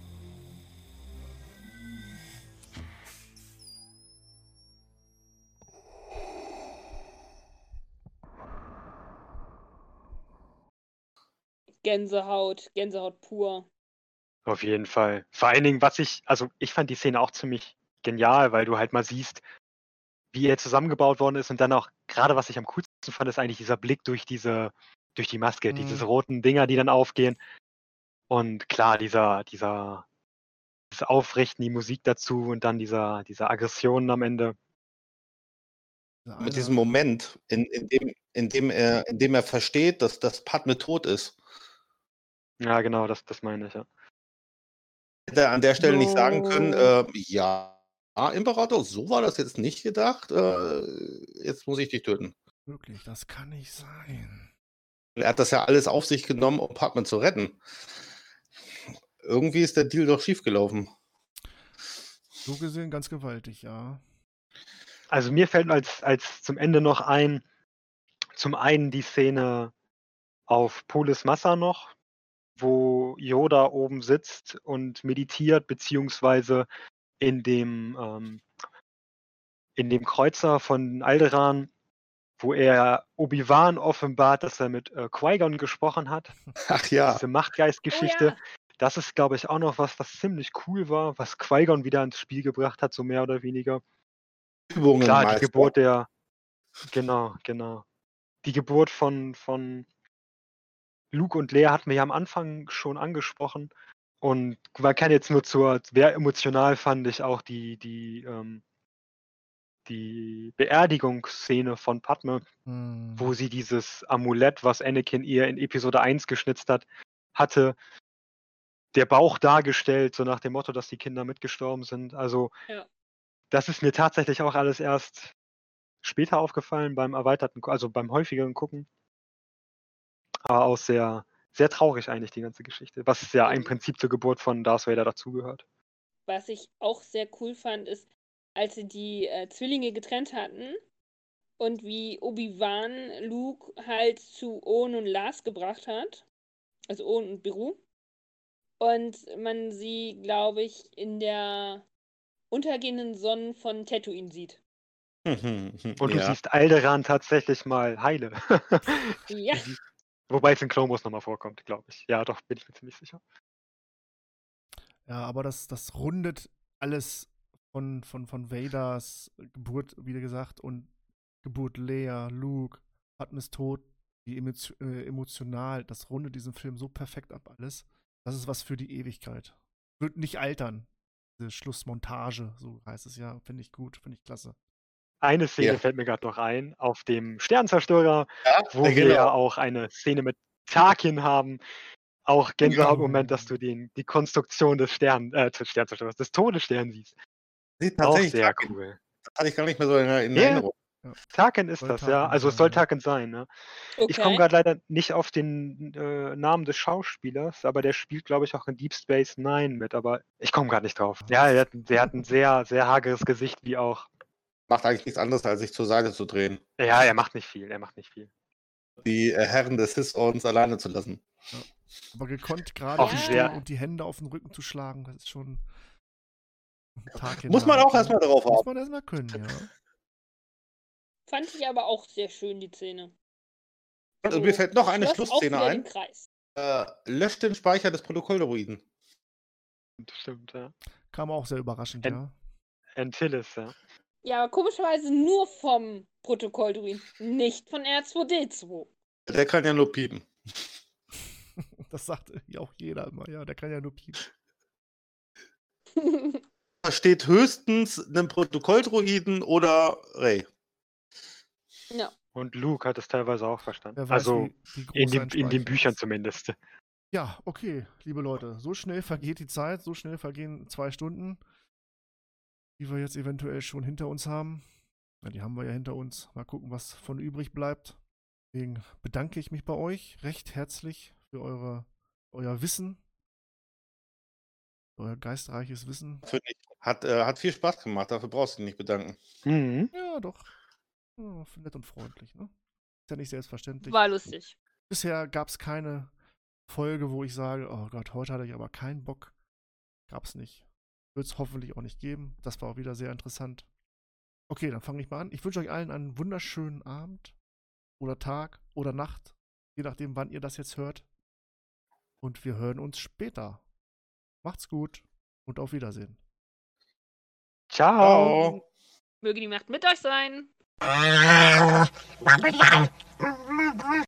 Gänsehaut pur. Auf jeden Fall. Vor allen Dingen, ich fand die Szene auch ziemlich genial, weil du halt mal siehst, wie er zusammengebaut worden ist und dann auch, gerade was ich am coolsten fand, ist eigentlich dieser Blick durch die Maske, diese roten Dinger, die dann aufgehen. Und klar, dieses Aufrichten, die Musik dazu und dann diese Aggressionen am Ende. Mit diesem Moment, in dem er versteht, dass Padme tot ist. Ja, genau, das meine ich, ja. Hätte er an der Stelle nicht sagen können, ja, Imperator, so war das jetzt nicht gedacht. Jetzt muss ich dich töten. Wirklich, das kann nicht sein. Er hat das ja alles auf sich genommen, um Padme zu retten. Irgendwie ist der Deal doch schiefgelaufen. So gesehen ganz gewaltig, ja. Also mir fällt als zum Ende noch ein, zum einen die Szene auf Polis Massa noch, wo Yoda oben sitzt und meditiert, beziehungsweise in dem Kreuzer von Alderaan, wo er Obi-Wan offenbart, dass er mit Qui-Gon gesprochen hat. Ach ja. Diese Machtgeist-Geschichte. Oh ja. Das ist, glaube ich, auch noch was ziemlich cool war, was Qui-Gon wieder ins Spiel gebracht hat, so mehr oder weniger. Übungen Klar, die Meister. Geburt Genau. Die Geburt von Luke und Leia hatten wir ja am Anfang schon angesprochen. Und man kann jetzt nur sehr emotional fand ich auch die Beerdigungsszene von Padme, wo sie dieses Amulett, was Anakin ihr in Episode 1 geschnitzt hat, hatte, der Bauch dargestellt, so nach dem Motto, dass die Kinder mitgestorben sind. Also Ja. das ist mir tatsächlich auch alles erst später aufgefallen, beim häufigeren Gucken. Aber auch sehr, sehr traurig eigentlich, die ganze Geschichte. Was ja im Prinzip zur Geburt von Darth Vader dazugehört. Was ich auch sehr cool fand, ist, als sie die Zwillinge getrennt hatten und wie Obi-Wan Luke halt zu Owen und Lars gebracht hat. Also Owen und Beru. Und man sie, glaube ich, in der untergehenden Sonne von Tatooine sieht. Und du Ja. siehst Alderaan tatsächlich mal heile. Ja. Wobei es in Clone Wars nochmal vorkommt, glaube ich. Ja, doch, bin ich mir ziemlich sicher. Ja, aber das rundet alles von Vaders Geburt, wie gesagt, und Geburt Leia, Luke, Padmes Tod, wie emotional, das rundet diesen Film so perfekt ab alles. Das ist was für die Ewigkeit. Wird nicht altern. Diese Schlussmontage, so heißt es ja, finde ich gut, finde ich klasse. Eine Szene fällt mir gerade noch ein, auf dem Sternzerstörer, wo wir genau. ja auch eine Szene mit Tarkin haben. Auch Gänsehautmoment, dass du die Konstruktion des Sternzerstörers, des Todessterns siehst. Sieht Auch tatsächlich sehr Tarkin. cool. Das hatte ich gar nicht mehr so in Ja. Erinnerung. Tarkin ist Soll das, Tarkin ja. Also es sein, soll ja. Tarkin sein, ne? Okay. Ich komme gerade leider nicht auf den Namen des Schauspielers, aber der spielt, glaube ich, auch in Deep Space Nine mit, aber ich komme gerade nicht drauf. Ja, der hat ein sehr, sehr hageres Gesicht, wie auch. Macht eigentlich nichts anderes, als sich zur Seite zu drehen. Ja, er macht nicht viel. Die Herren des Sith-Ordens alleine zu lassen. Ja. Aber gekonnt gerade Auch stehen sehr- und die Hände auf den Rücken zu schlagen, das ist schon Muss man auch erstmal drauf Muss haben. man erstmal können, ja. Fand ich aber auch sehr schön, die Szene. Und mir fällt noch eine Schloss auch Schlussszene wieder ein. den Kreis. Löscht den Speicher des Protokolldruiden. Stimmt, ja. Kam auch sehr überraschend, Ent- ja. Antilles, ja. Ja, aber komischerweise nur vom Protokolldruiden, nicht von R2D2. Der kann ja nur piepen. Das sagt ja auch jeder immer, ja, der kann ja nur piepen. Versteht höchstens einen Protokolldruiden oder Rey. Ja. Und Luke hat es teilweise auch verstanden. Wer weiß, Also wie groß in sein den Speicher Büchern ist. zumindest. Ja, okay, liebe Leute, so schnell vergeht die Zeit, so schnell vergehen 2 Stunden, die wir jetzt eventuell schon hinter uns haben. Ja, die haben wir ja hinter uns. Mal gucken, was von übrig bleibt. Deswegen bedanke ich mich bei euch recht herzlich für euer Wissen, euer geistreiches Wissen. Finde ich. Hat viel Spaß gemacht, dafür brauchst du dich nicht bedanken. Mhm. Ja, doch. Ja, nett und freundlich, ne? Ist ja nicht selbstverständlich. War lustig. Bisher gab es keine Folge, wo ich sage, oh Gott, heute hatte ich aber keinen Bock. Gab's nicht. Wird es hoffentlich auch nicht geben. Das war auch wieder sehr interessant. Okay, dann fange ich mal an. Ich wünsche euch allen einen wunderschönen Abend oder Tag oder Nacht, je nachdem, wann ihr das jetzt hört. Und wir hören uns später. Macht's gut und auf Wiedersehen. Ciao. Möge die Macht mit euch sein.